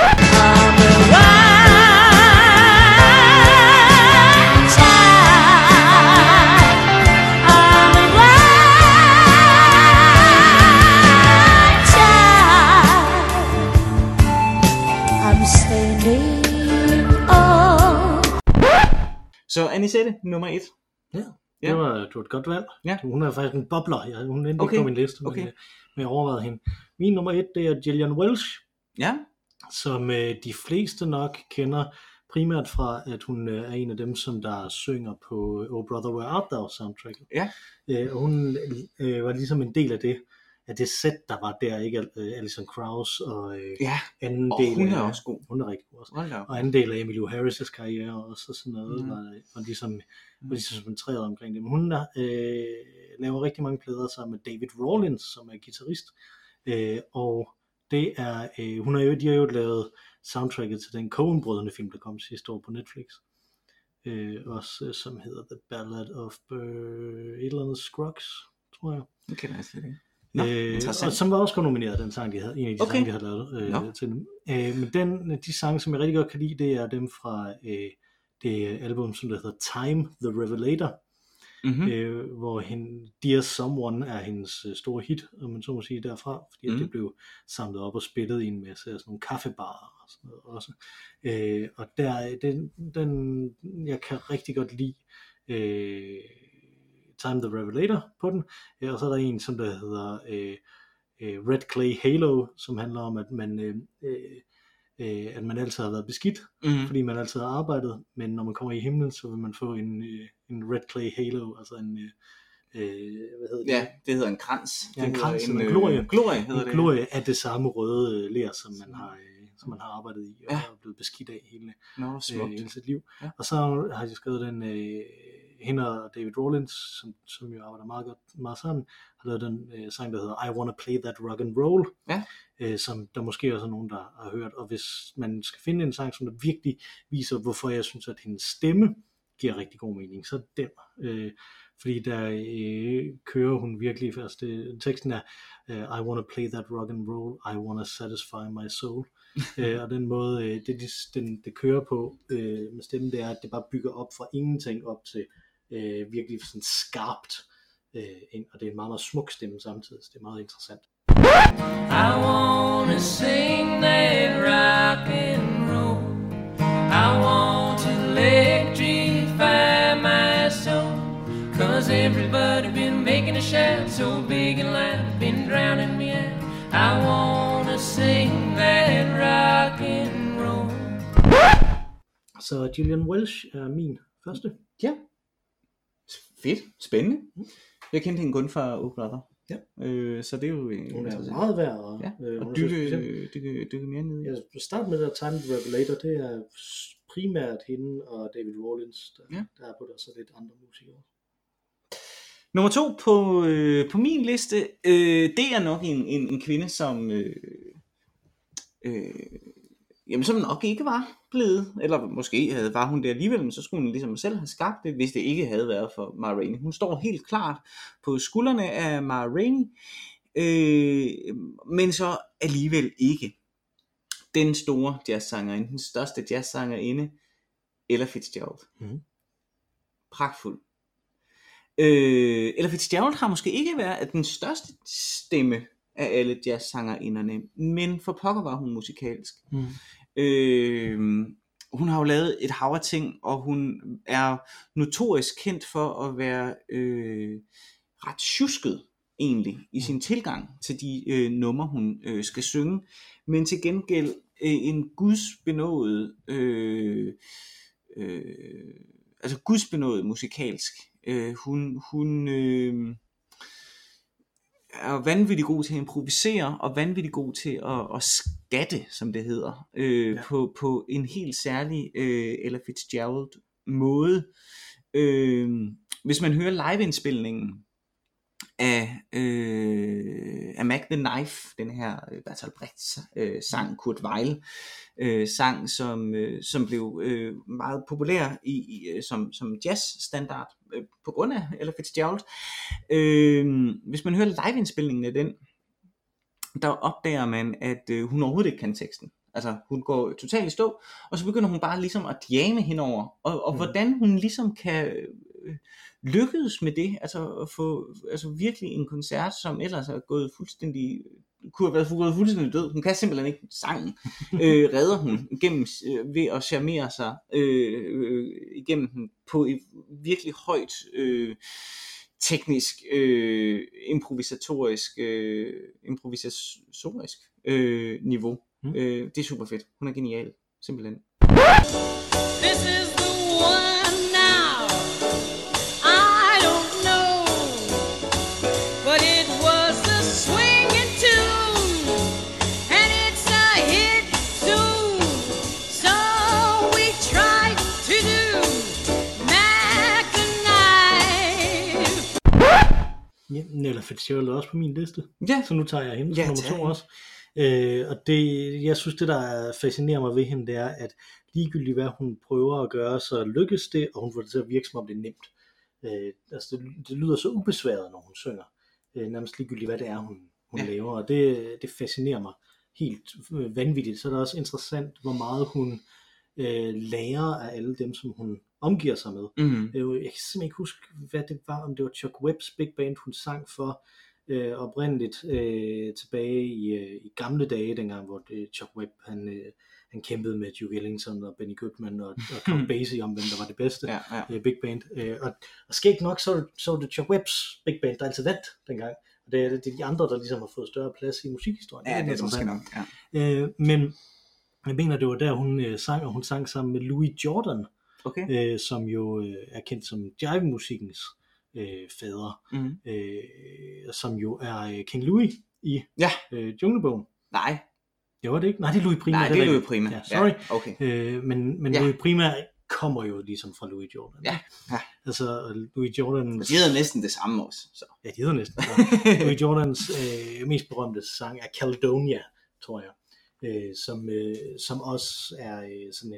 Så Anisette, nummer 1. Ja, det var et godt valg. Ja. Hun er faktisk en bobler. Hun endte ikke på min liste, men jeg overvejede hende. Min nummer 1, det er Gillian Welch. Ja. Som de fleste nok kender primært fra, at hun er en af dem, som der synger på Oh Brother Where Art Thou soundtracket. Ja. Og hun var ligesom en del af det sæt, der var der, ikke? Alison Krauss og anden del. Hun er også god. Hun er rigtig god også. Og anden del af Emmylou Harris' karriere også, og sådan noget, var ligesom centreret omkring det. Men hun laver rigtig mange plader sammen med David Rawlins, som er guitarist. Og det er, de har jo lavet soundtracket til den Coen-brødrene film, der kom sidste år på Netflix. Også som hedder The Ballad of et eller andet Scruggs, tror jeg. Det kender jeg slet ikke. Og som var også nomineret, den sang de havde, en af de sange de havde lavet til dem. Men de sange, som jeg rigtig godt kan lide, det er dem fra det album, som der hedder Time the Revelator, hvor Dear Someone er hendes store hit, om man så må sige, derfra, fordi det blev samlet op og spillet i en masse sådan nogle kaffebarer og sådan noget også. Og den jeg kan rigtig godt lide Time the Revelator på den, og så er der en, som der hedder Red Clay Halo, som handler om, at man altid har været beskidt, fordi man altid har arbejdet, men når man kommer i himlen, så vil man få en Red Clay Halo, altså en hvad hedder det? Ja, det hedder en krans. Ja, en krans, en glorie hedder det. En glorie af det samme røde ler, som man har arbejdet i, og er blevet beskidt af hele sit liv. Ja. Og så har de skrevet den, hende og David Rawlins, som jo arbejder meget sammen, har lavet den sang, der hedder I Wanna Play That Rock and Roll, som der måske også er nogen, der har hørt. Og hvis man skal finde en sang, som der virkelig viser, hvorfor jeg synes, at hendes stemme giver rigtig god mening, så den. Fordi der kører hun virkelig fast. Teksten er I wanna play that rock and roll, I wanna satisfy my soul. Og den måde det kører på med stemmen, det er, at det bare bygger op fra ingenting op til virkelig sådan skarpt ind, og det er en meget, meget smuk stemme samtidig, så det er meget interessant. I wanna sing that rock and roll. I want to electrify my soul. 'Cause everybody been making a shout so big and loud, been drowning me out. I wanna sing that rock and roll. Så Gillian Welch er min første. Ja. Fedt. Spændende. Jeg kendte hende kun fra Oh Brother. Ja. Så det er jo... Hun er meget værd og dykke mere ned i. Jeg starter med det der Time Regulator, det er primært hende og David Rawlins, der er på der, så lidt andre musikere. Nummer 2 på min liste, det er nok en kvinde, som som nok ikke var blevet, eller måske var hun det alligevel, men så skulle hun ligesom selv have skabt det, hvis det ikke havde været for Ma Rainey. Hun står helt klart på skuldrene af Ma Rainey, men så alligevel ikke den store jazzsangerinde, den største jazzsangerinde, Ella Fitzgerald. Pragtfuld. Ella Fitzgerald har måske ikke været den største stemme af alle jazzsangerinderne, men for pokker var hun musikalsk. Hun har jo lavet et hav af ting, og hun er notorisk kendt for at være ret tjusket egentlig i sin tilgang til de numre hun skal synge, men til gengæld en gudsbenået gudsbenået musikalsk. Hun er vanvittigt god til at improvisere, og vanvittigt god til at skatte, som det hedder, på en helt særlig Ella Fitzgerald måde. Hvis man hører liveindspilningen af Mac the Knife, den her Bertolt Brecht sang, Kurt Weill sang, som blev meget populær som jazzstandard på grund af Ella Fitzgerald. Hvis man hører liveindspilningen af den, der opdager man, at hun overhovedet ikke kan teksten. Altså hun går totalt i stå, og så begynder hun bare ligesom at jamme henover, og hvordan hun ligesom kan lykkedes med det, altså at få virkelig en koncert, som ellers er gået fuldstændig, kunne have været gået fuldstændig død. Hun kan simpelthen ikke sangen. Redder hun igennem ved at charmere sig igennem den på et virkelig højt teknisk improvisatorisk niveau. Det er super fedt. Hun er genial, simpelthen. This is the one now. I don't know, but it was a swinging tune, and it's a hit soon. So we tried to do Mac the Knife. Ja, Ella Fitzgerald er også på min liste. Ja. Så nu tager jeg hende som nummer 2 også. Og det, jeg synes, det der fascinerer mig ved hende, det er, at ligegyldigt hvad hun prøver at gøre, så lykkes det, og hun får det til at virke som om det er nemt. Det lyder så ubesværet, når hun synger. Nærmest ligegyldigt hvad det er, hun laver, og det fascinerer mig helt vanvittigt. Så er det også interessant, hvor meget hun lærer af alle dem, som hun omgiver sig med. Jeg kan simpelthen ikke huske, hvad det var, om det var Chuck Webbs Big Band, hun sang for oprindeligt tilbage i gamle dage, dengang hvor Chuck Webb han kæmpede med Duke Ellington og Benny Goodman og Count Basie om hvem der var det bedste Big Band, og skægt nok så var det Chuck Webbs Big Band der altid vandt dengang, og det er de andre der ligesom har fået større plads i musikhistorien. Ja, det er måske nok. Men jeg mener det var der hun sang, og hun sang sammen med Louis Jordan, som jo er kendt som jive-musikkens fader, som jo er King Louis i Junglebogen. Nej. Det var det ikke? Nej, det er Louis Prima. Nej, det er Louis Prima. Ja, sorry. Ja, okay. Men Louis Prima kommer jo ligesom fra Louis Jordan. Ja. Altså Louis Jordan. De hedder næsten det samme også. Så. Ja, de hedder næsten. Louis Jordans mest berømte sang er Caledonia, tror jeg. Som også er sådan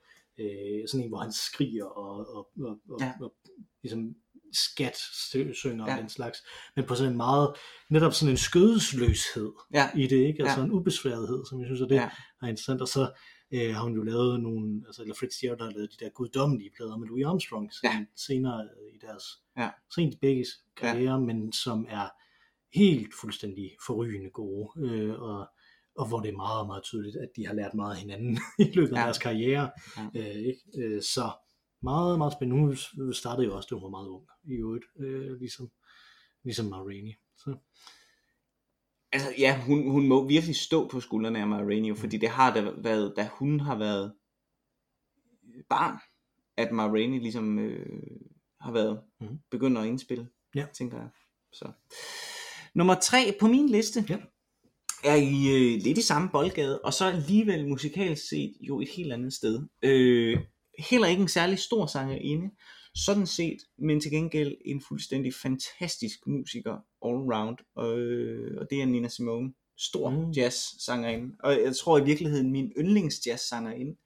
en hvor han skriger og ligesom skat synger og den slags, men på sådan en meget, netop sådan en skødesløshed i det, ikke? Altså en ubesværethed, som jeg synes er det er interessant, og så har hun jo lavet nogle, altså eller Fitzgerald har lavet de der guddommelige plader med Louis Armstrong senere i deres, Ja. sent i begge karriere, men som er helt fuldstændig forrygende gode, og hvor det er meget, meget tydeligt, at de har lært meget af hinanden i løbet af deres karriere. Ikke? Så meget, meget spændende. Hun startede jo også, da hun var meget ung, i øvrigt, ligesom Ma Rainey. Så. Altså ja, hun må virkelig stå på skuldrene af Ma Rainey, fordi det har da været, da hun har været barn, at Ma Rainey ligesom har været begyndt at indspille, tænker jeg. Så. Nummer 3 på min liste er i lidt i samme boldgade, og så alligevel musikalsk set jo et helt andet sted. Heller ikke en særlig stor sangerinde, sådan set, men til gengæld en fuldstændig fantastisk musiker all around, og det er Nina Simone, stor jazz-sangerinde, og jeg tror i virkeligheden min yndlings-jazz-sangerinde.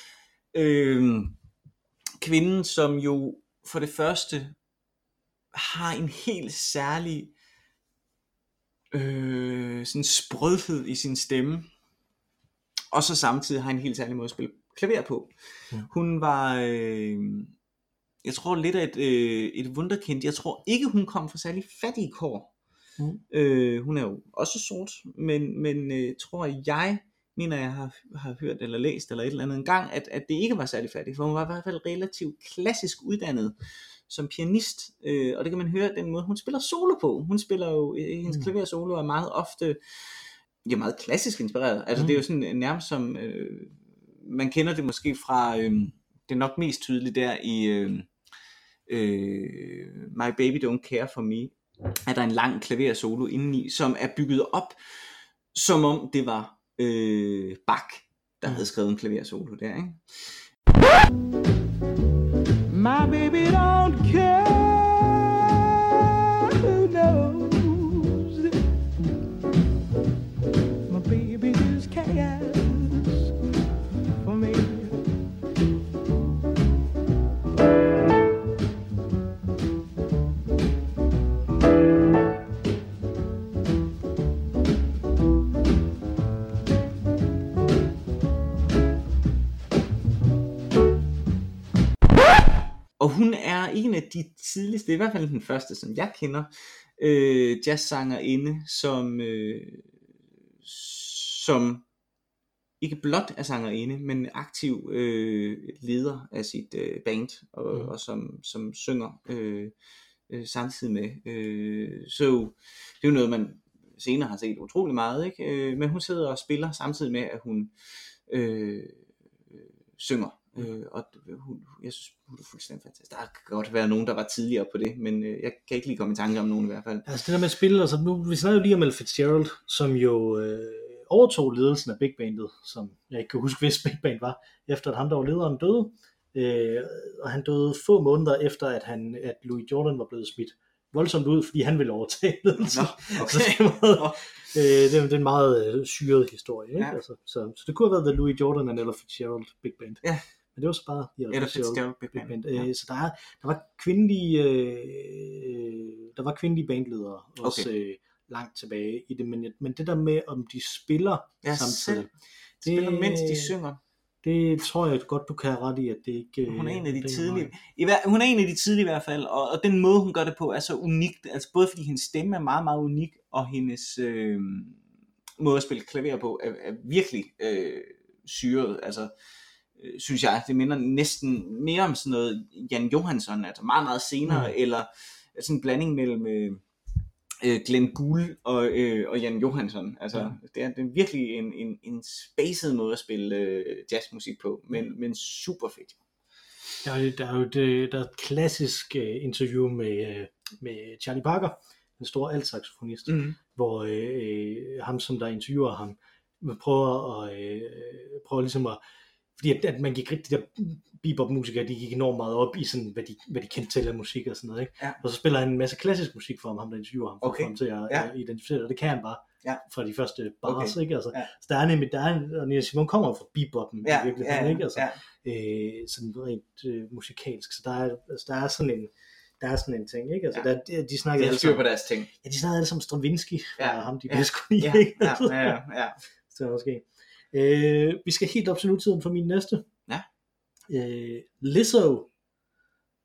Kvinden, som jo for det første har en helt særlig sådan sprødhed i sin stemme, og så samtidig har en helt særlig måde at spille klaver på. Hun var jeg tror lidt af et wunderkind. Jeg tror ikke hun kom fra særlig fattige kår. Hun er jo også sort, men tror jeg mener jeg har hørt eller læst eller et eller andet en gang, at det ikke var særlig fattigt, for hun var i hvert fald relativt klassisk uddannet som pianist, og det kan man høre den måde hun spiller solo på. Hun spiller jo, hendes klaver solo er meget ofte meget klassisk inspireret. Altså det er jo sådan nærmest som man kender det måske fra det er nok mest tydeligt der i My Baby Don't Care For Me, at der er en lang klaver solo indeni, som er bygget op som om det var Bach, der havde skrevet en klaver solo der, ikke? My baby don't care, who knows? My baby just cares for me. Og hun er en af de tidligste, i hvert fald den første, som jeg kender, jazzsangerinde, som ikke blot er sangerinde, men aktiv leder af sit band, og som synger samtidig med. Så det er jo noget, man senere har set utrolig meget, ikke? Men hun sidder og spiller samtidig med, at hun synger. Og jeg synes, hun er fuldstændig fantastisk. Der kan godt være nogen, der var tidligere på det, men jeg kan ikke lige komme i tanke om nogen i hvert fald. Altså det der med at spille, altså nu, vi snakker jo lige om Ella Fitzgerald, som jo overtog ledelsen af Big Bandet, som jeg ikke kan huske, hvis Big Band var, efter at ham, der var lederen, døde. Og han døde få måneder efter, at Louis Jordan var blevet smidt voldsomt ud, fordi han ville overtage ledelsen. Okay. Det er en meget syret historie, ikke? Altså, så det kunne have været The Louis Jordan and Ella Fitzgerald Big Band. Ja. Men det var så bare Ella Fitzgerald Big Band. Så der var kvindelige bandledere også langt tilbage i det, men det der med, om de spiller samtidig. Spiller mens de synger. Det tror jeg godt, du kan have ret i, at det ikke... Hun er en af de tidlige. Hun er en af de tidlige i hvert fald, og den måde, hun gør det på, er så unikt. Altså både fordi hendes stemme er meget, meget unik, og hendes måde at spille klaver på er virkelig syret. Altså, synes jeg, det minder næsten mere om sådan noget Jan Johansson, altså meget, meget senere, eller sådan en blanding mellem Glenn Gould og Jan Johansson. Altså, det er virkelig en spaced måde at spille jazzmusik på, men super fedt. Der er et klassisk interview med Charlie Parker, den store altsaxofonist, hvor ham, som der interviewer ham, prøver ligesom at, fordi at man gik rigtig, de der bebop-musikere, de gik enormt meget op i sådan, hvad de kendte til af musik og sådan noget, ikke? Ja. Og så spiller han en masse klassisk musik for ham, der interviewer ham, for ham til at identificere, og det kan han bare fra de første bars, ikke? Altså, så der er og Nina Simone kommer fra beboppen i virkeligheden, ikke? Altså, sådan rent musikalsk, så der er sådan en ting, ikke? Altså, de snakker alle sammen på deres ting. Ja, de snakker alle sammen Stravinsky, ham de bedst kunne lide, ikke? Ja. Så måske. Vi skal helt op til nutiden for min næste. Ja. Lizzo.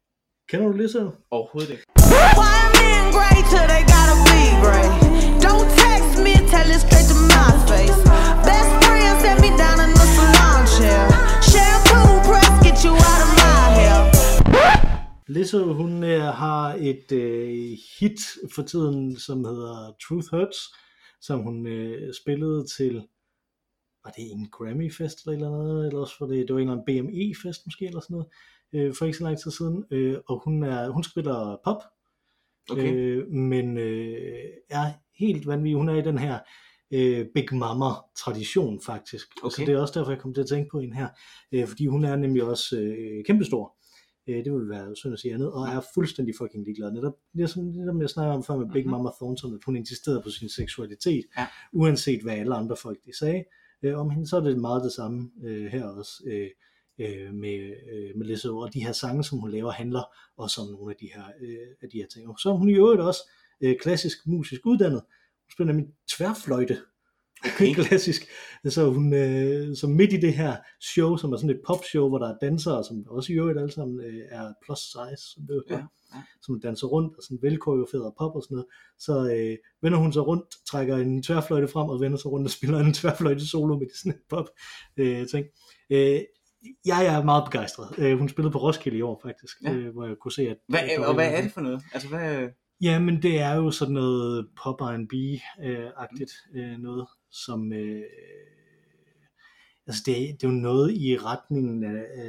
Kender du Lizzo? Overhovedet ikke. Why men great till they gotta be great? Don't text me, tell it straight to my face. Best friend set me down in the salon chair. Shampoo press, get you out of my hair. Lizzo, hun har et hit for tiden, som hedder Truth Hurts, som hun spillede til, var det en Grammy-fest eller noget, eller også det var en eller anden BME-fest måske, eller sådan noget, for ikke så lang tid siden, og hun spiller pop, Okay. men er helt vanvittig. Hun er i den her Big Mama-tradition faktisk, Okay. så det er også derfor, jeg kom til at tænke på hende her, fordi hun er nemlig også kæmpestor. Det vil være synd at sige andet, og er fuldstændig fucking ligeglad. Netop det, som jeg snakker om før med Big Mama Thornton, at hun insisterede på sin seksualitet, uanset hvad alle andre folk de sagde om hende, så er det meget det samme her også med Lizzo, og de her sange, som hun laver, handler også om nogle af de her ting. Og så er hun i øvrigt også klassisk musisk uddannet. Hun spiller nemlig tværfløjte. Okay. Klassisk. Så hun så midt i det her show, som er sådan et popshow, hvor der er dansere, som også i øvrigt alle sammen er plus size, som det er, som danser rundt og sådan velkoreograferet pop og sådan noget, så vender hun sig rundt, trækker en tværfløjte frem og vender sig rundt og spiller en tværfløjte solo med sådan et pop ting. Jeg er meget begejstret. Hun spillede på Roskilde i år faktisk, hvor jeg kunne se, at... Hvad er det for noget? Altså, hvad... Ja, men det er jo sådan noget pop R&B-agtigt noget, som... altså det er jo noget i retningen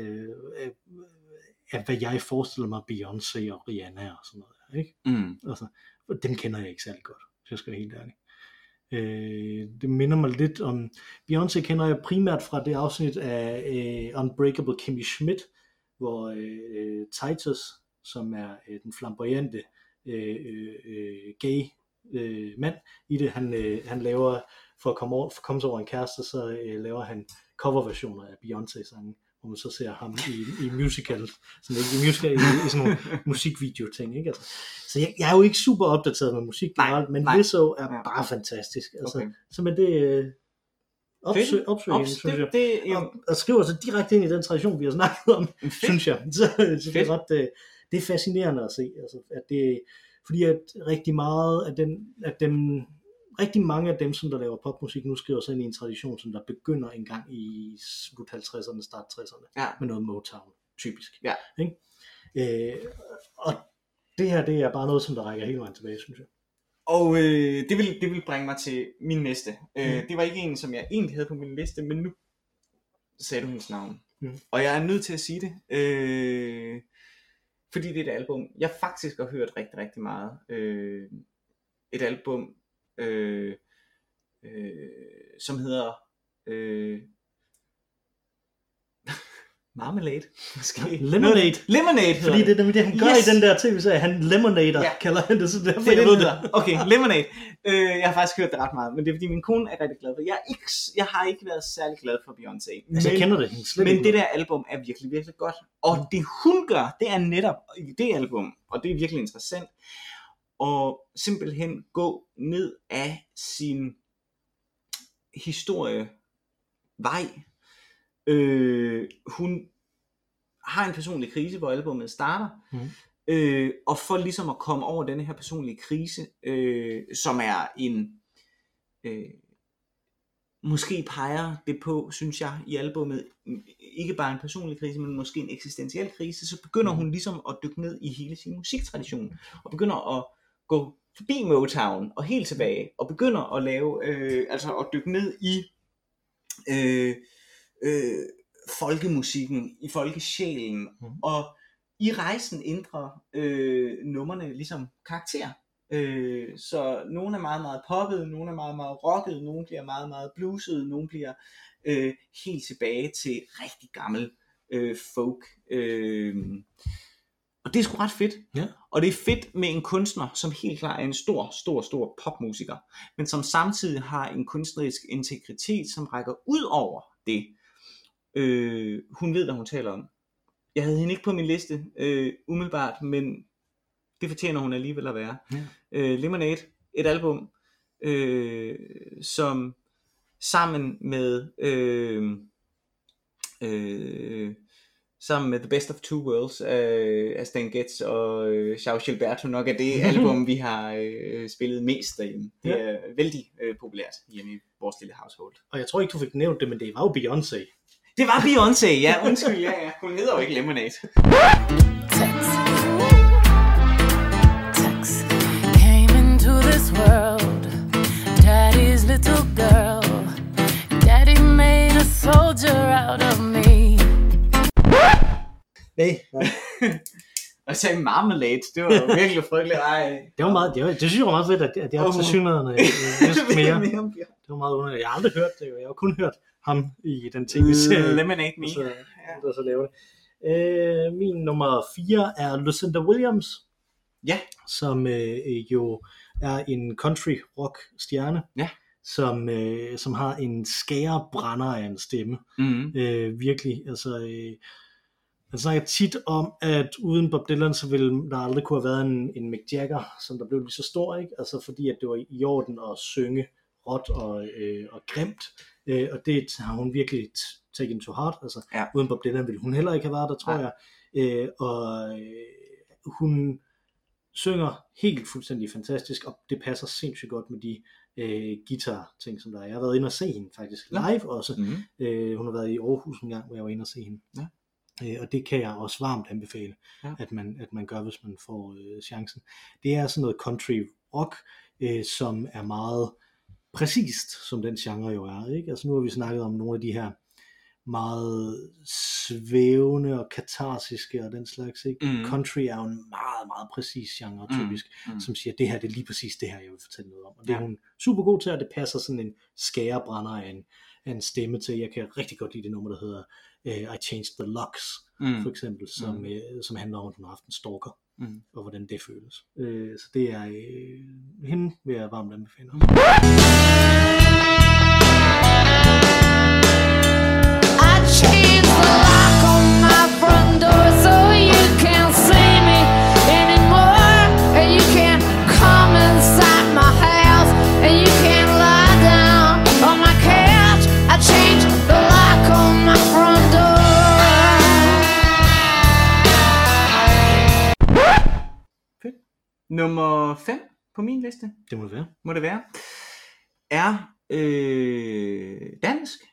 af hvad jeg forestiller mig Beyoncé og Rihanna og sådan noget, ikke? Altså, dem kender jeg ikke særlig godt, hvis jeg skal være helt ærlig. Det minder mig lidt om... Beyoncé kender jeg primært fra det afsnit af Unbreakable Kimmy Schmidt, hvor Titus, som er den flamboyante gay mand i det, han laver, for at komme sig over en kæreste, så laver han coverversioner af Beyoncé-sange, hvor man så ser ham i musical, sådan ikke i musical, i sådan nogle musikvideo-ting, ikke? Altså, så jeg er jo ikke super opdateret med musik generelt, men Lizzo er bare fantastisk. Altså, okay. Så med det opsøg synes jeg. Og skriver sig direkte ind i den tradition, vi har snakket om, synes jeg. Så det er ret, det er fascinerende at se, altså, at det, fordi at rigtig mange af dem, som der laver popmusik nu, skriver sig ind i en tradition, som der begynder en gang i slut 50'erne, start 60'erne, med noget Motown, typisk. Ja. Og det her, det er bare noget, som der rækker hele vejen tilbage, synes jeg. Og det vil bringe mig til min næste. Det var ikke en, som jeg egentlig havde på min liste, men nu sagde du hendes navn. Og jeg er nødt til at sige det, fordi det er et album, jeg faktisk har hørt rigtig, rigtig meget. Et album, som hedder Marmalade, måske. Lemonade fordi det er nemlig det, han gør i den der tv-serie. Han lemonader, kalder han det. Så derfor det ved det. Okay, Lemonade. Jeg har faktisk hørt det ret meget, men det er fordi min kone er rigtig glad for. Jeg har ikke været særlig glad for Beyoncé. Altså, jeg kender det slet ikke. Men det der album er virkelig, virkelig godt. Og det hun gør, det er netop i det album, og det er virkelig interessant, og simpelthen gå ned af sin historievej. Hun har en personlig krise, hvor albumet starter, og for ligesom at komme over denne her personlige krise, som er en måske peger det på, synes jeg, i albumet, ikke bare en personlig krise, men måske en eksistentiel krise, så begynder hun ligesom at dykke ned i hele sin musiktradition, og begynder at gå forbi Motown og helt tilbage, og begynder at lave, altså at dykke ned i folkemusikken, i folkesjælen, og i rejsen ændrer numrene ligesom karakter. Så nogle er meget, meget poppet, nogle er meget, meget rocket, nogle bliver meget, meget blueset, nogle bliver helt tilbage til rigtig gammel folk. Og det er sgu ret fedt. Ja. Og det er fedt med en kunstner, som helt klart er en stor popmusiker, men som samtidig har en kunstnerisk integritet, som rækker ud over det. Hun ved, hvad hun taler om. Jeg havde hende ikke på min liste umiddelbart, men det fortjener hun alligevel at være. Ja. Lemonade, et album, som sammen med sammen med The Best of Two Worlds af Stan Getz og João Gilberto nok er det album, vi har spillet mest derhjemme. Det er vældig populært hjemme i vores lille household. Og jeg tror ikke, du fik nævnt det, men det var jo Beyoncé. Det var Beyoncé, ja. Undskyld, ja. Hun hedder jo ikke Lemonade. Tex came into this world, Daddy's little girl. Daddy made a soldier out of me. Nej. Og sagde Marmalade, det var jo virkelig frygteligt. Det var meget, det synes jeg var meget fedt, at det har til synligheden mere. Det var meget underligt. Jeg har aldrig hørt det, jeg har kun hørt ham i den tv-serie. Lemonade Me. Der så laver det. Min nummer 4 er Lucinda Williams. Ja. Som jo er en country rock stjerne. Ja. Som har en skærebrænder af en stemme. Virkelig, altså... Han snakker tit om, at uden Bob Dylan, så ville der aldrig kunne have været en Mick Jagger, som der blev lige så stor, ikke? Altså fordi, at det var i orden at synge råt og grimt, og det har hun virkelig taken to heart. Altså uden Bob Dylan ville hun heller ikke have været der, tror jeg. Hun synger helt fuldstændig fantastisk, og det passer sindssygt godt med de guitar-ting, som der er. Jeg har været inde og se hende faktisk live også. Hun har været i Aarhus en gang, hvor jeg var inde og se hende. Ja. Og det kan jeg også varmt anbefale, at man gør, hvis man får chancen. Det er sådan noget country rock, som er meget præcist, som den genre jo er, ikke? Altså nu har vi snakket om nogle af de her meget svævende og katarsiske og den slags, ikke? Country er jo en meget, meget præcis genre, typisk, som siger, det her det er lige præcis det her, jeg vil fortælle noget om. Og det er hun super god til, at det passer sådan en skærebrænder af en stemme til. Jeg kan rigtig godt lide det nummer, der hedder I Changed the Locks, for eksempel, som handler om, at hun har haft en stalker, og hvordan det føles. Så det er hende, vil jeg varmt anbefale. I changed the lock on my front door so you can't see me anymore, and you can't come inside my house, and you can't lie down on my couch. I changed the lock on my front door. Fedt. Nummer 5 på min liste. Det må det være. Må det være. Er dansk.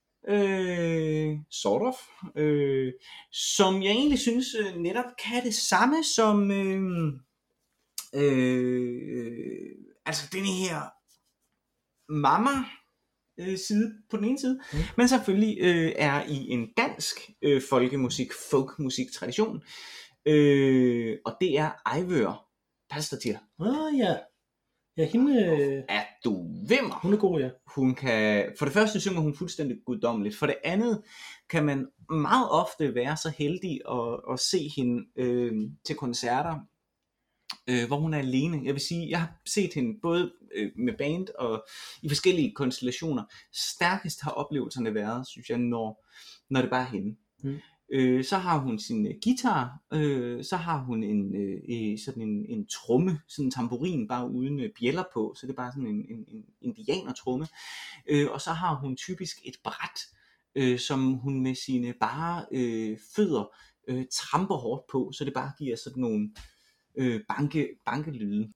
Sort of. Som jeg egentlig synes netop kan det samme som altså denne her Mama side på den ene side, men selvfølgelig er i en dansk folkemusik, folkmusik tradition, og det er Eivør Palsdottir. Ja. Ja, hende... Er du vimmer? Hun er god, ja. Hun kan, for det første synger hun fuldstændig guddommeligt. For det andet kan man meget ofte være så heldig at se hende til koncerter, hvor hun er alene. Jeg vil sige, jeg har set hende både med band og i forskellige konstellationer. Stærkest har oplevelserne været, synes jeg, når det bare er hende. Så har hun sin guitar, så har hun sådan en tromme, sådan en tamburin, bare uden bjælder på, så det er bare sådan en indianertromme. Og så har hun typisk et bræt, som hun med sine bare fødder tramper hårdt på, så det bare giver sådan nogle bankelyde.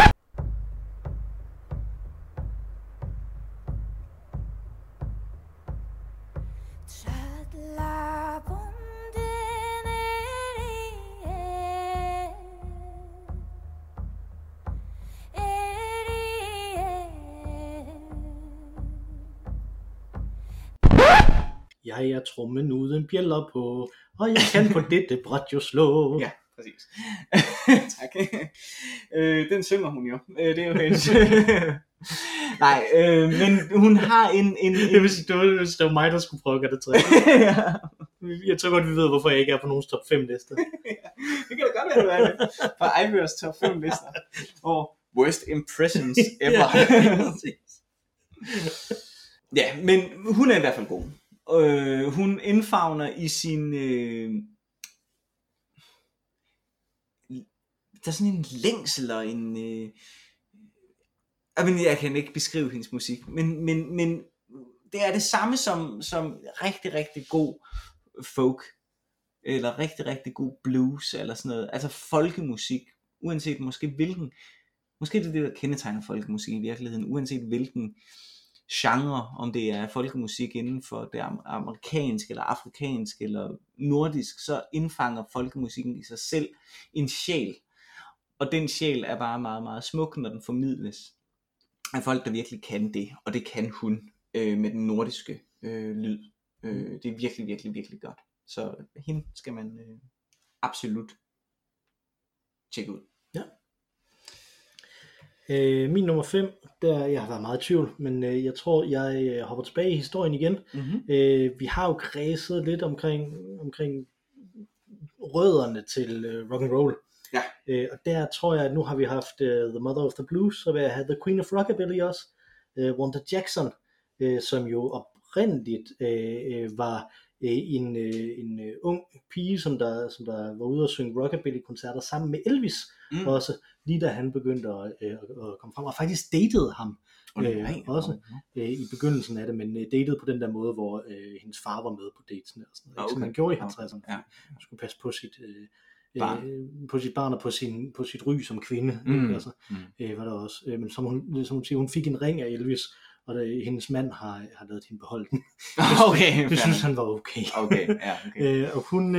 Jeg er trommen uden bjælder på, og jeg kan på dette bræt jo slå. Ja, præcis. Tak. Den synger hun jo. Det er jo helt... Nej, men hun har en... Jeg vil sige, det var mig, der skulle prøve at gøre det træ. Ja. Jeg tror godt, vi ved, hvorfor jeg ikke er på nogens top 5 lister. Det kan da godt være, du er det. På Eivørs top 5 lister. Og worst impressions ever. Ja, men hun er i hvert fald god. Hun indfavner i sin der er sådan en længsel og en jeg kan ikke beskrive hendes musik, men det er det samme som rigtig rigtig god folk eller rigtig, rigtig god blues, eller sådan noget. Altså folkemusik, uanset måske hvilken, måske det er det, der kendetegner folkemusik i virkeligheden, uanset hvilken genre, om det er folkemusik inden for det amerikanske, eller afrikansk, eller nordisk, så indfanger folkemusikken i sig selv en sjæl. Og den sjæl er bare meget, meget smuk, når den formidles af folk, der virkelig kan det, og det kan hun med den nordiske lyd. Det er virkelig, virkelig, virkelig godt. Så hende skal man absolut tjekke ud. Ja. Min nummer 5, der jeg har været meget i tvivl, men jeg tror, jeg hopper tilbage i historien igen. Vi har jo kredset lidt omkring rødderne til rock and roll. Ja. Og der tror jeg, at nu har vi haft The Mother of the Blues, så vil jeg have The Queen of Rockabilly også, Wanda Jackson, som jo oprindeligt var en ung pige, som der var ude og synge rockabilly-koncerter sammen med Elvis, også lige da han begyndte at komme frem, og faktisk datede ham også i begyndelsen af det, men datede på den der måde, hvor hendes far var med på datesene og sådan noget, som han gjorde i 50'erne. Han skulle passe på sit på sit barn og på sit ry som kvinde, altså, var der også, men som hun siger, hun fik en ring af Elvis, og hendes mand har lavet hende beholde den. Okay, det synes han var okay. Og hun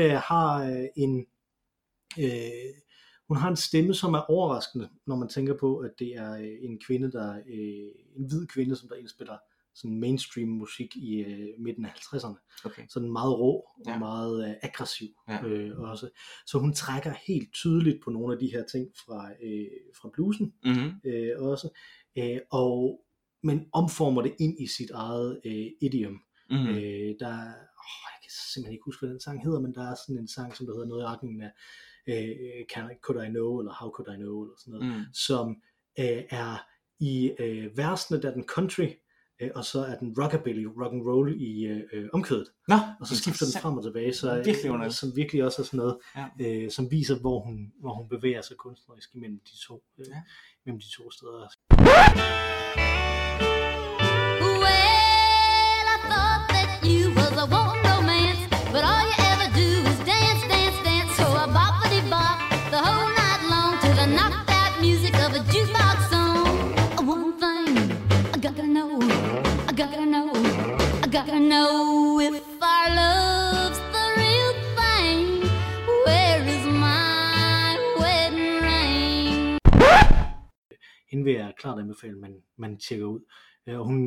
har en stemme, som er overraskende, når man tænker på, at det er en kvinde, en hvid kvinde, som der indspiller sådan mainstream musik i midten af 50'erne. Okay. Sådan meget rå og meget aggressiv også. Så hun trækker helt tydeligt på nogle af de her ting fra bluesen også. Men omformer det ind i sit eget idiom. Jeg kan simpelthen ikke huske, hvad den sang hedder, men der er sådan en sang, som der hedder noget i retningen af Could I Know, eller How Could I Know, eller sådan noget, som er i versene, der er den country, og så er den rockabilly, rock and roll i omkvædet. Og så skifter den frem og tilbage, som virkelig også er sådan noget, som viser, hvor hun bevæger sig kunstnerisk imellem de to steder. You was a one romance, but all you ever do is dance, dance, dance. So I boppity-bop the whole night long to the knocked out music of a jukebox song. One thing I gotta know, I gotta know if our love's the real thing. Where is my wedding ring? Hende vil jeg klart anbefale, man tjekker ud. Og hun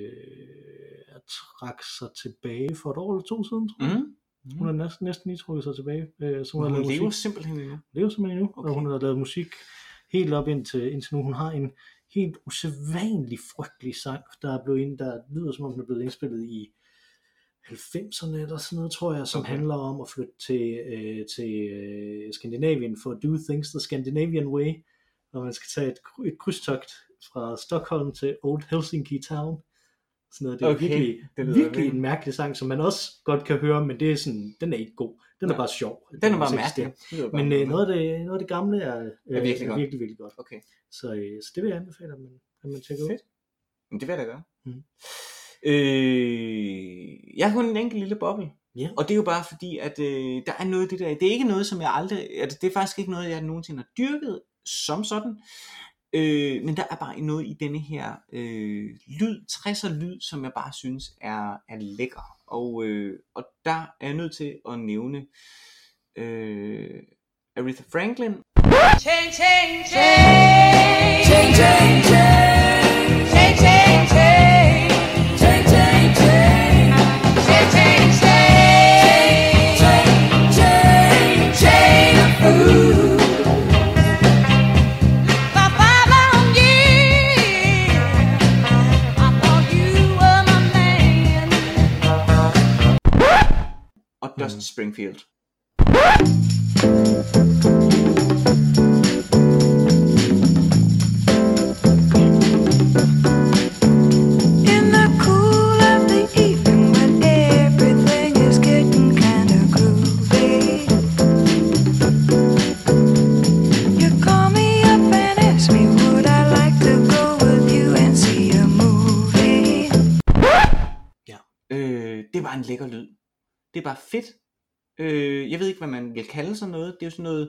trak sig tilbage for et år eller 2 siden, tror jeg. Hun har næsten lige trukket sig tilbage. Så hun lever simpelthen endnu. Okay. Og hun har lavet musik helt op indtil nu. Hun har en helt usædvanlig frygtelig sang, der lyder som om den er blevet indspillet i 90'erne eller sådan noget, tror jeg, som handler om at flytte til Skandinavien for at do things the Scandinavian way, når man skal tage et krydstogt fra Stockholm til Old Helsinki Town. Sådan noget. Det er virkelig en mærkelig sang, som man også godt kan høre, men det er sådan, den er ikke god. Den er bare sjov. Den er bare mærkelig. Men noget af det gamle er virkelig, virkelig godt. Okay. Så det vil jeg anbefale, at man tjekker ud. Men det vil jeg da gøre. Jeg har kun en enkelt lille boble. Yeah. Og det er jo bare fordi, at der er noget af det der. Det er ikke noget, som jeg aldrig... Altså, det er faktisk ikke noget, jeg nogensinde har dyrket som sådan. Men der er bare noget i denne her lyd, 60'er lyd, som jeg bare synes er lækker. Og der er jeg nødt til at nævne Aretha Franklin. Chain, chain, chain. Chain, chain, chain. Chain, chain, chain. Chain, chain, chain. Chain, chain, chain. Chain, chain, chain of food. Og Dusty Springfield. In the cool of the evening when everything is getting kind of groovy, you call me up and ask me would I like to go with you and see a movie. Det var en lækker lyd. Det er bare fedt. Jeg ved ikke, hvad man vil kalde sådan noget. Det er jo sådan noget...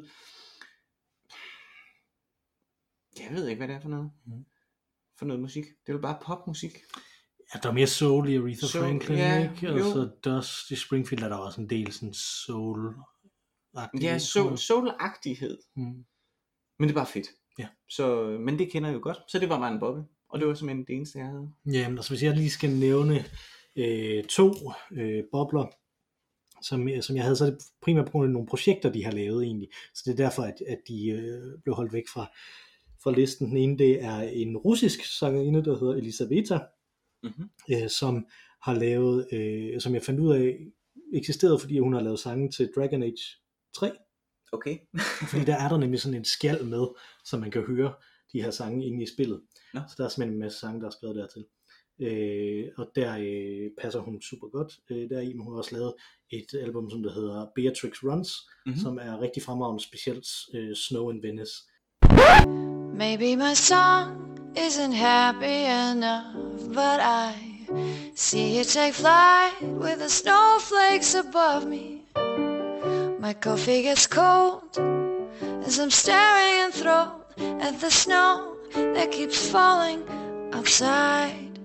Jeg ved ikke, hvad det er for noget. For noget musik. Det er jo bare popmusik. Ja, der er mere soul i Aretha Franklin, ja, ikke? Og så Dusty Springfield er der også en del sådan soul. Ja, soul-agtighed. Men det er bare fedt. Ja. Så, men det kender jeg jo godt. Så det var bare en boble. Og det var simpelthen det eneste, jeg havde. Ja, men altså hvis jeg lige skal nævne 2 bobler, som jeg havde, så er det primært på grund af nogle projekter, de har lavet egentlig. Så det er derfor, at de blev holdt væk fra listen. Den ene, det er en russisk sangerinde, der hedder Elisaveta, som har lavet, som jeg fandt ud af, eksisterede, fordi hun har lavet sange til Dragon Age 3. Okay. Fordi der er der nemlig sådan en skal med, så man kan høre de her sange inde i spillet. Nå. Så der er simpelthen en masse sange, der er skrevet dertil. Og der passer hun super godt deri, men hun har også lavet et album, som der hedder Beatrix Runs, som er rigtig fremragende, specielt Snow in Venice. Maybe my song isn't happy enough, but I see it take flight with the snowflakes above me. My coffee gets cold as I'm staring enthralled at the snow that keeps falling outside.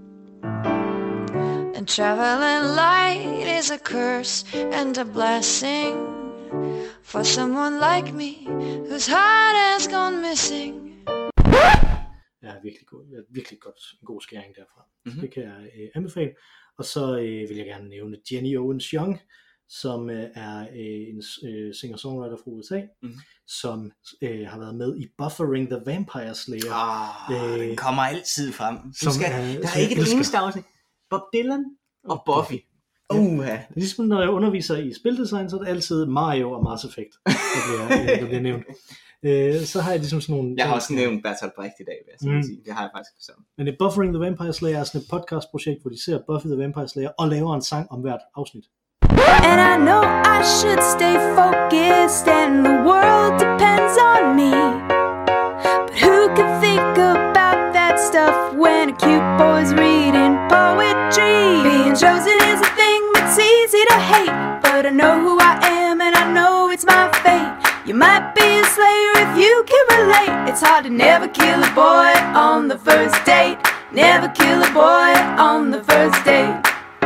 And traveling light is a curse and a blessing for someone like me whose heart has gone missing. Ja, virkelig godt, en god skæring derfra. Så det kan jeg anbefale. Og så vil jeg gerne nævne Jenny Owens Young, som er en singer-songwriter fra USA, som har været med i Buffering the Vampire Slayer. Den kommer altid frem. Der er ikke det det eneste afsnit. Bob Dylan og Buffy. Ligesom når jeg underviser i spildesign, så er det altid Mario og Mass Effect, der bliver nævnt. Så har jeg ligesom sådan nogle... Jeg har også nævnt Bertolt Brecht i dag, vil jeg sige. Det har jeg faktisk sammen. Men Buffering the Vampire Slayer er sådan et podcastprojekt, hvor de ser Buffy the Vampire Slayer og laver en sang om hvert afsnit. And I know I should stay focused and the world depends on me. But who can think about that stuff when a cute boy's reading poetry? Being chosen is a thing that's easy to hate, but I know who I am and I know it's my fate. You might be a slayer if you can relate. It's hard to never kill a boy on the first date. Never kill a boy on the first date.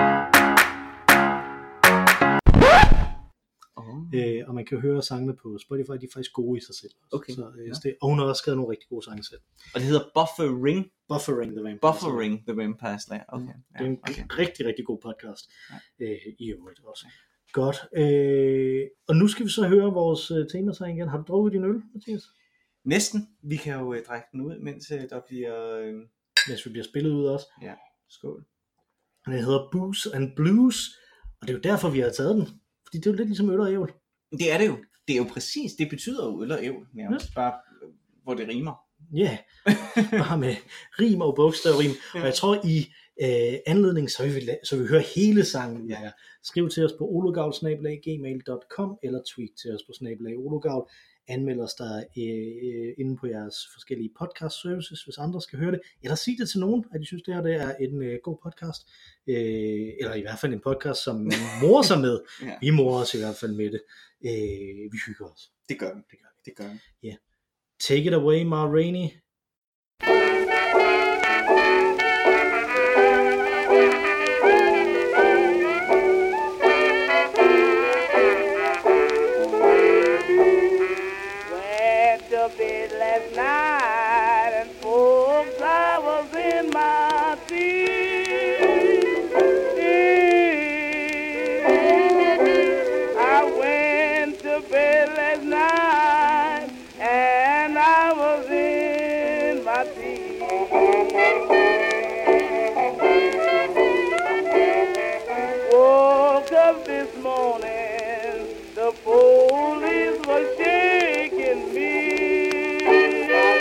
Og man kan høre sangene på Spotify, de er faktisk gode i sig selv. Okay. Og hun har også skrevet nogle rigtig gode sange selv. Og det hedder Buffering the Vampire Slayer. Okay. Det er en rigtig, rigtig god podcast. I øvrigt også. Godt. Og nu skal vi så høre vores temasang igen. Har du drukket din øl, Mathias? Næsten. Vi kan jo drikke den ud, mens der bliver... Mens vi bliver spillet ud også. Ja, skål. Den hedder Booze and Blues. Og det er jo derfor, vi har taget den. Fordi det er jo lidt ligesom øl og ævl. Det er det jo. Det er jo præcis. Det betyder jo øl og ævl. Bare hvor det rimer. Ja, bare med rim og bogstavrim. Og jeg tror i anledning, så vil vi høre hele sangen. Ja. Skriv til os på ologavl@gmail.com eller tweet til os på @ologavl. Anmeld os der inde på jeres forskellige podcast services, hvis andre skal høre det. Eller sig det til nogen, at de synes, det her det er en god podcast. Eller i hvert fald en podcast, som man morer sig med. Vi morer os i hvert fald med det. Vi hygger os. Det gør vi. Ja. Take it away, Ma Rainey. Bed last night and folks I was in my seat. I went to bed last night and I was in my seat. Woke up this morning, the police were shaking me.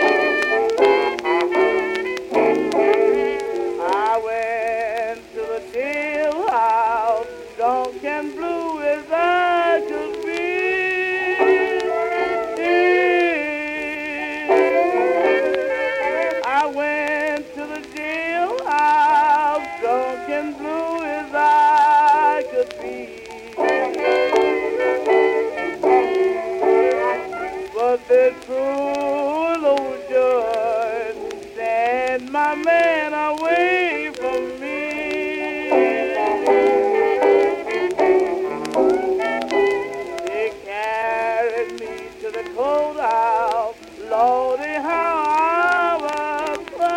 the cruel ocean sent my man away from me. They carried me to the courthouse, Lordy, how I was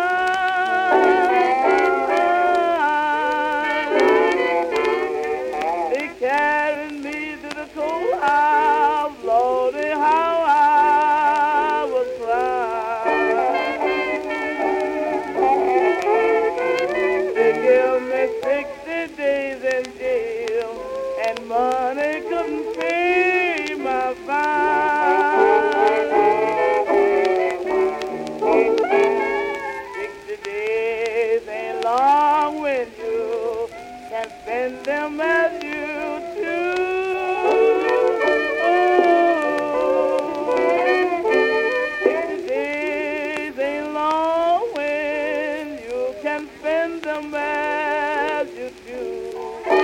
crying. They carried me to the courthouse, Lordy, how I was crying. They gave me 60 days in jail, and money couldn't pay my fine. 60 days ain't long when you can spend them as you choose. 60 days ain't long when you can spend them as you choose.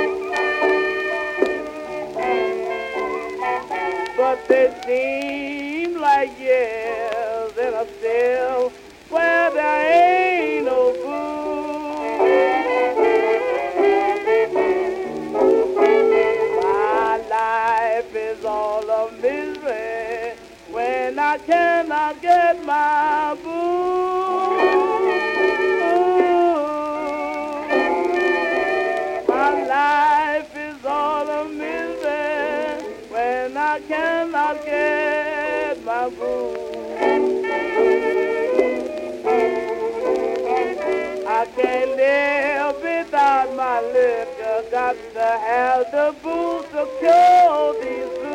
But they seem like years in a cell where there ain't no food. My life is all of misery when I cannot get my food. My life is all of misery when I cannot get my food. I can't live without my liquor, got to have the booze to cure these blues.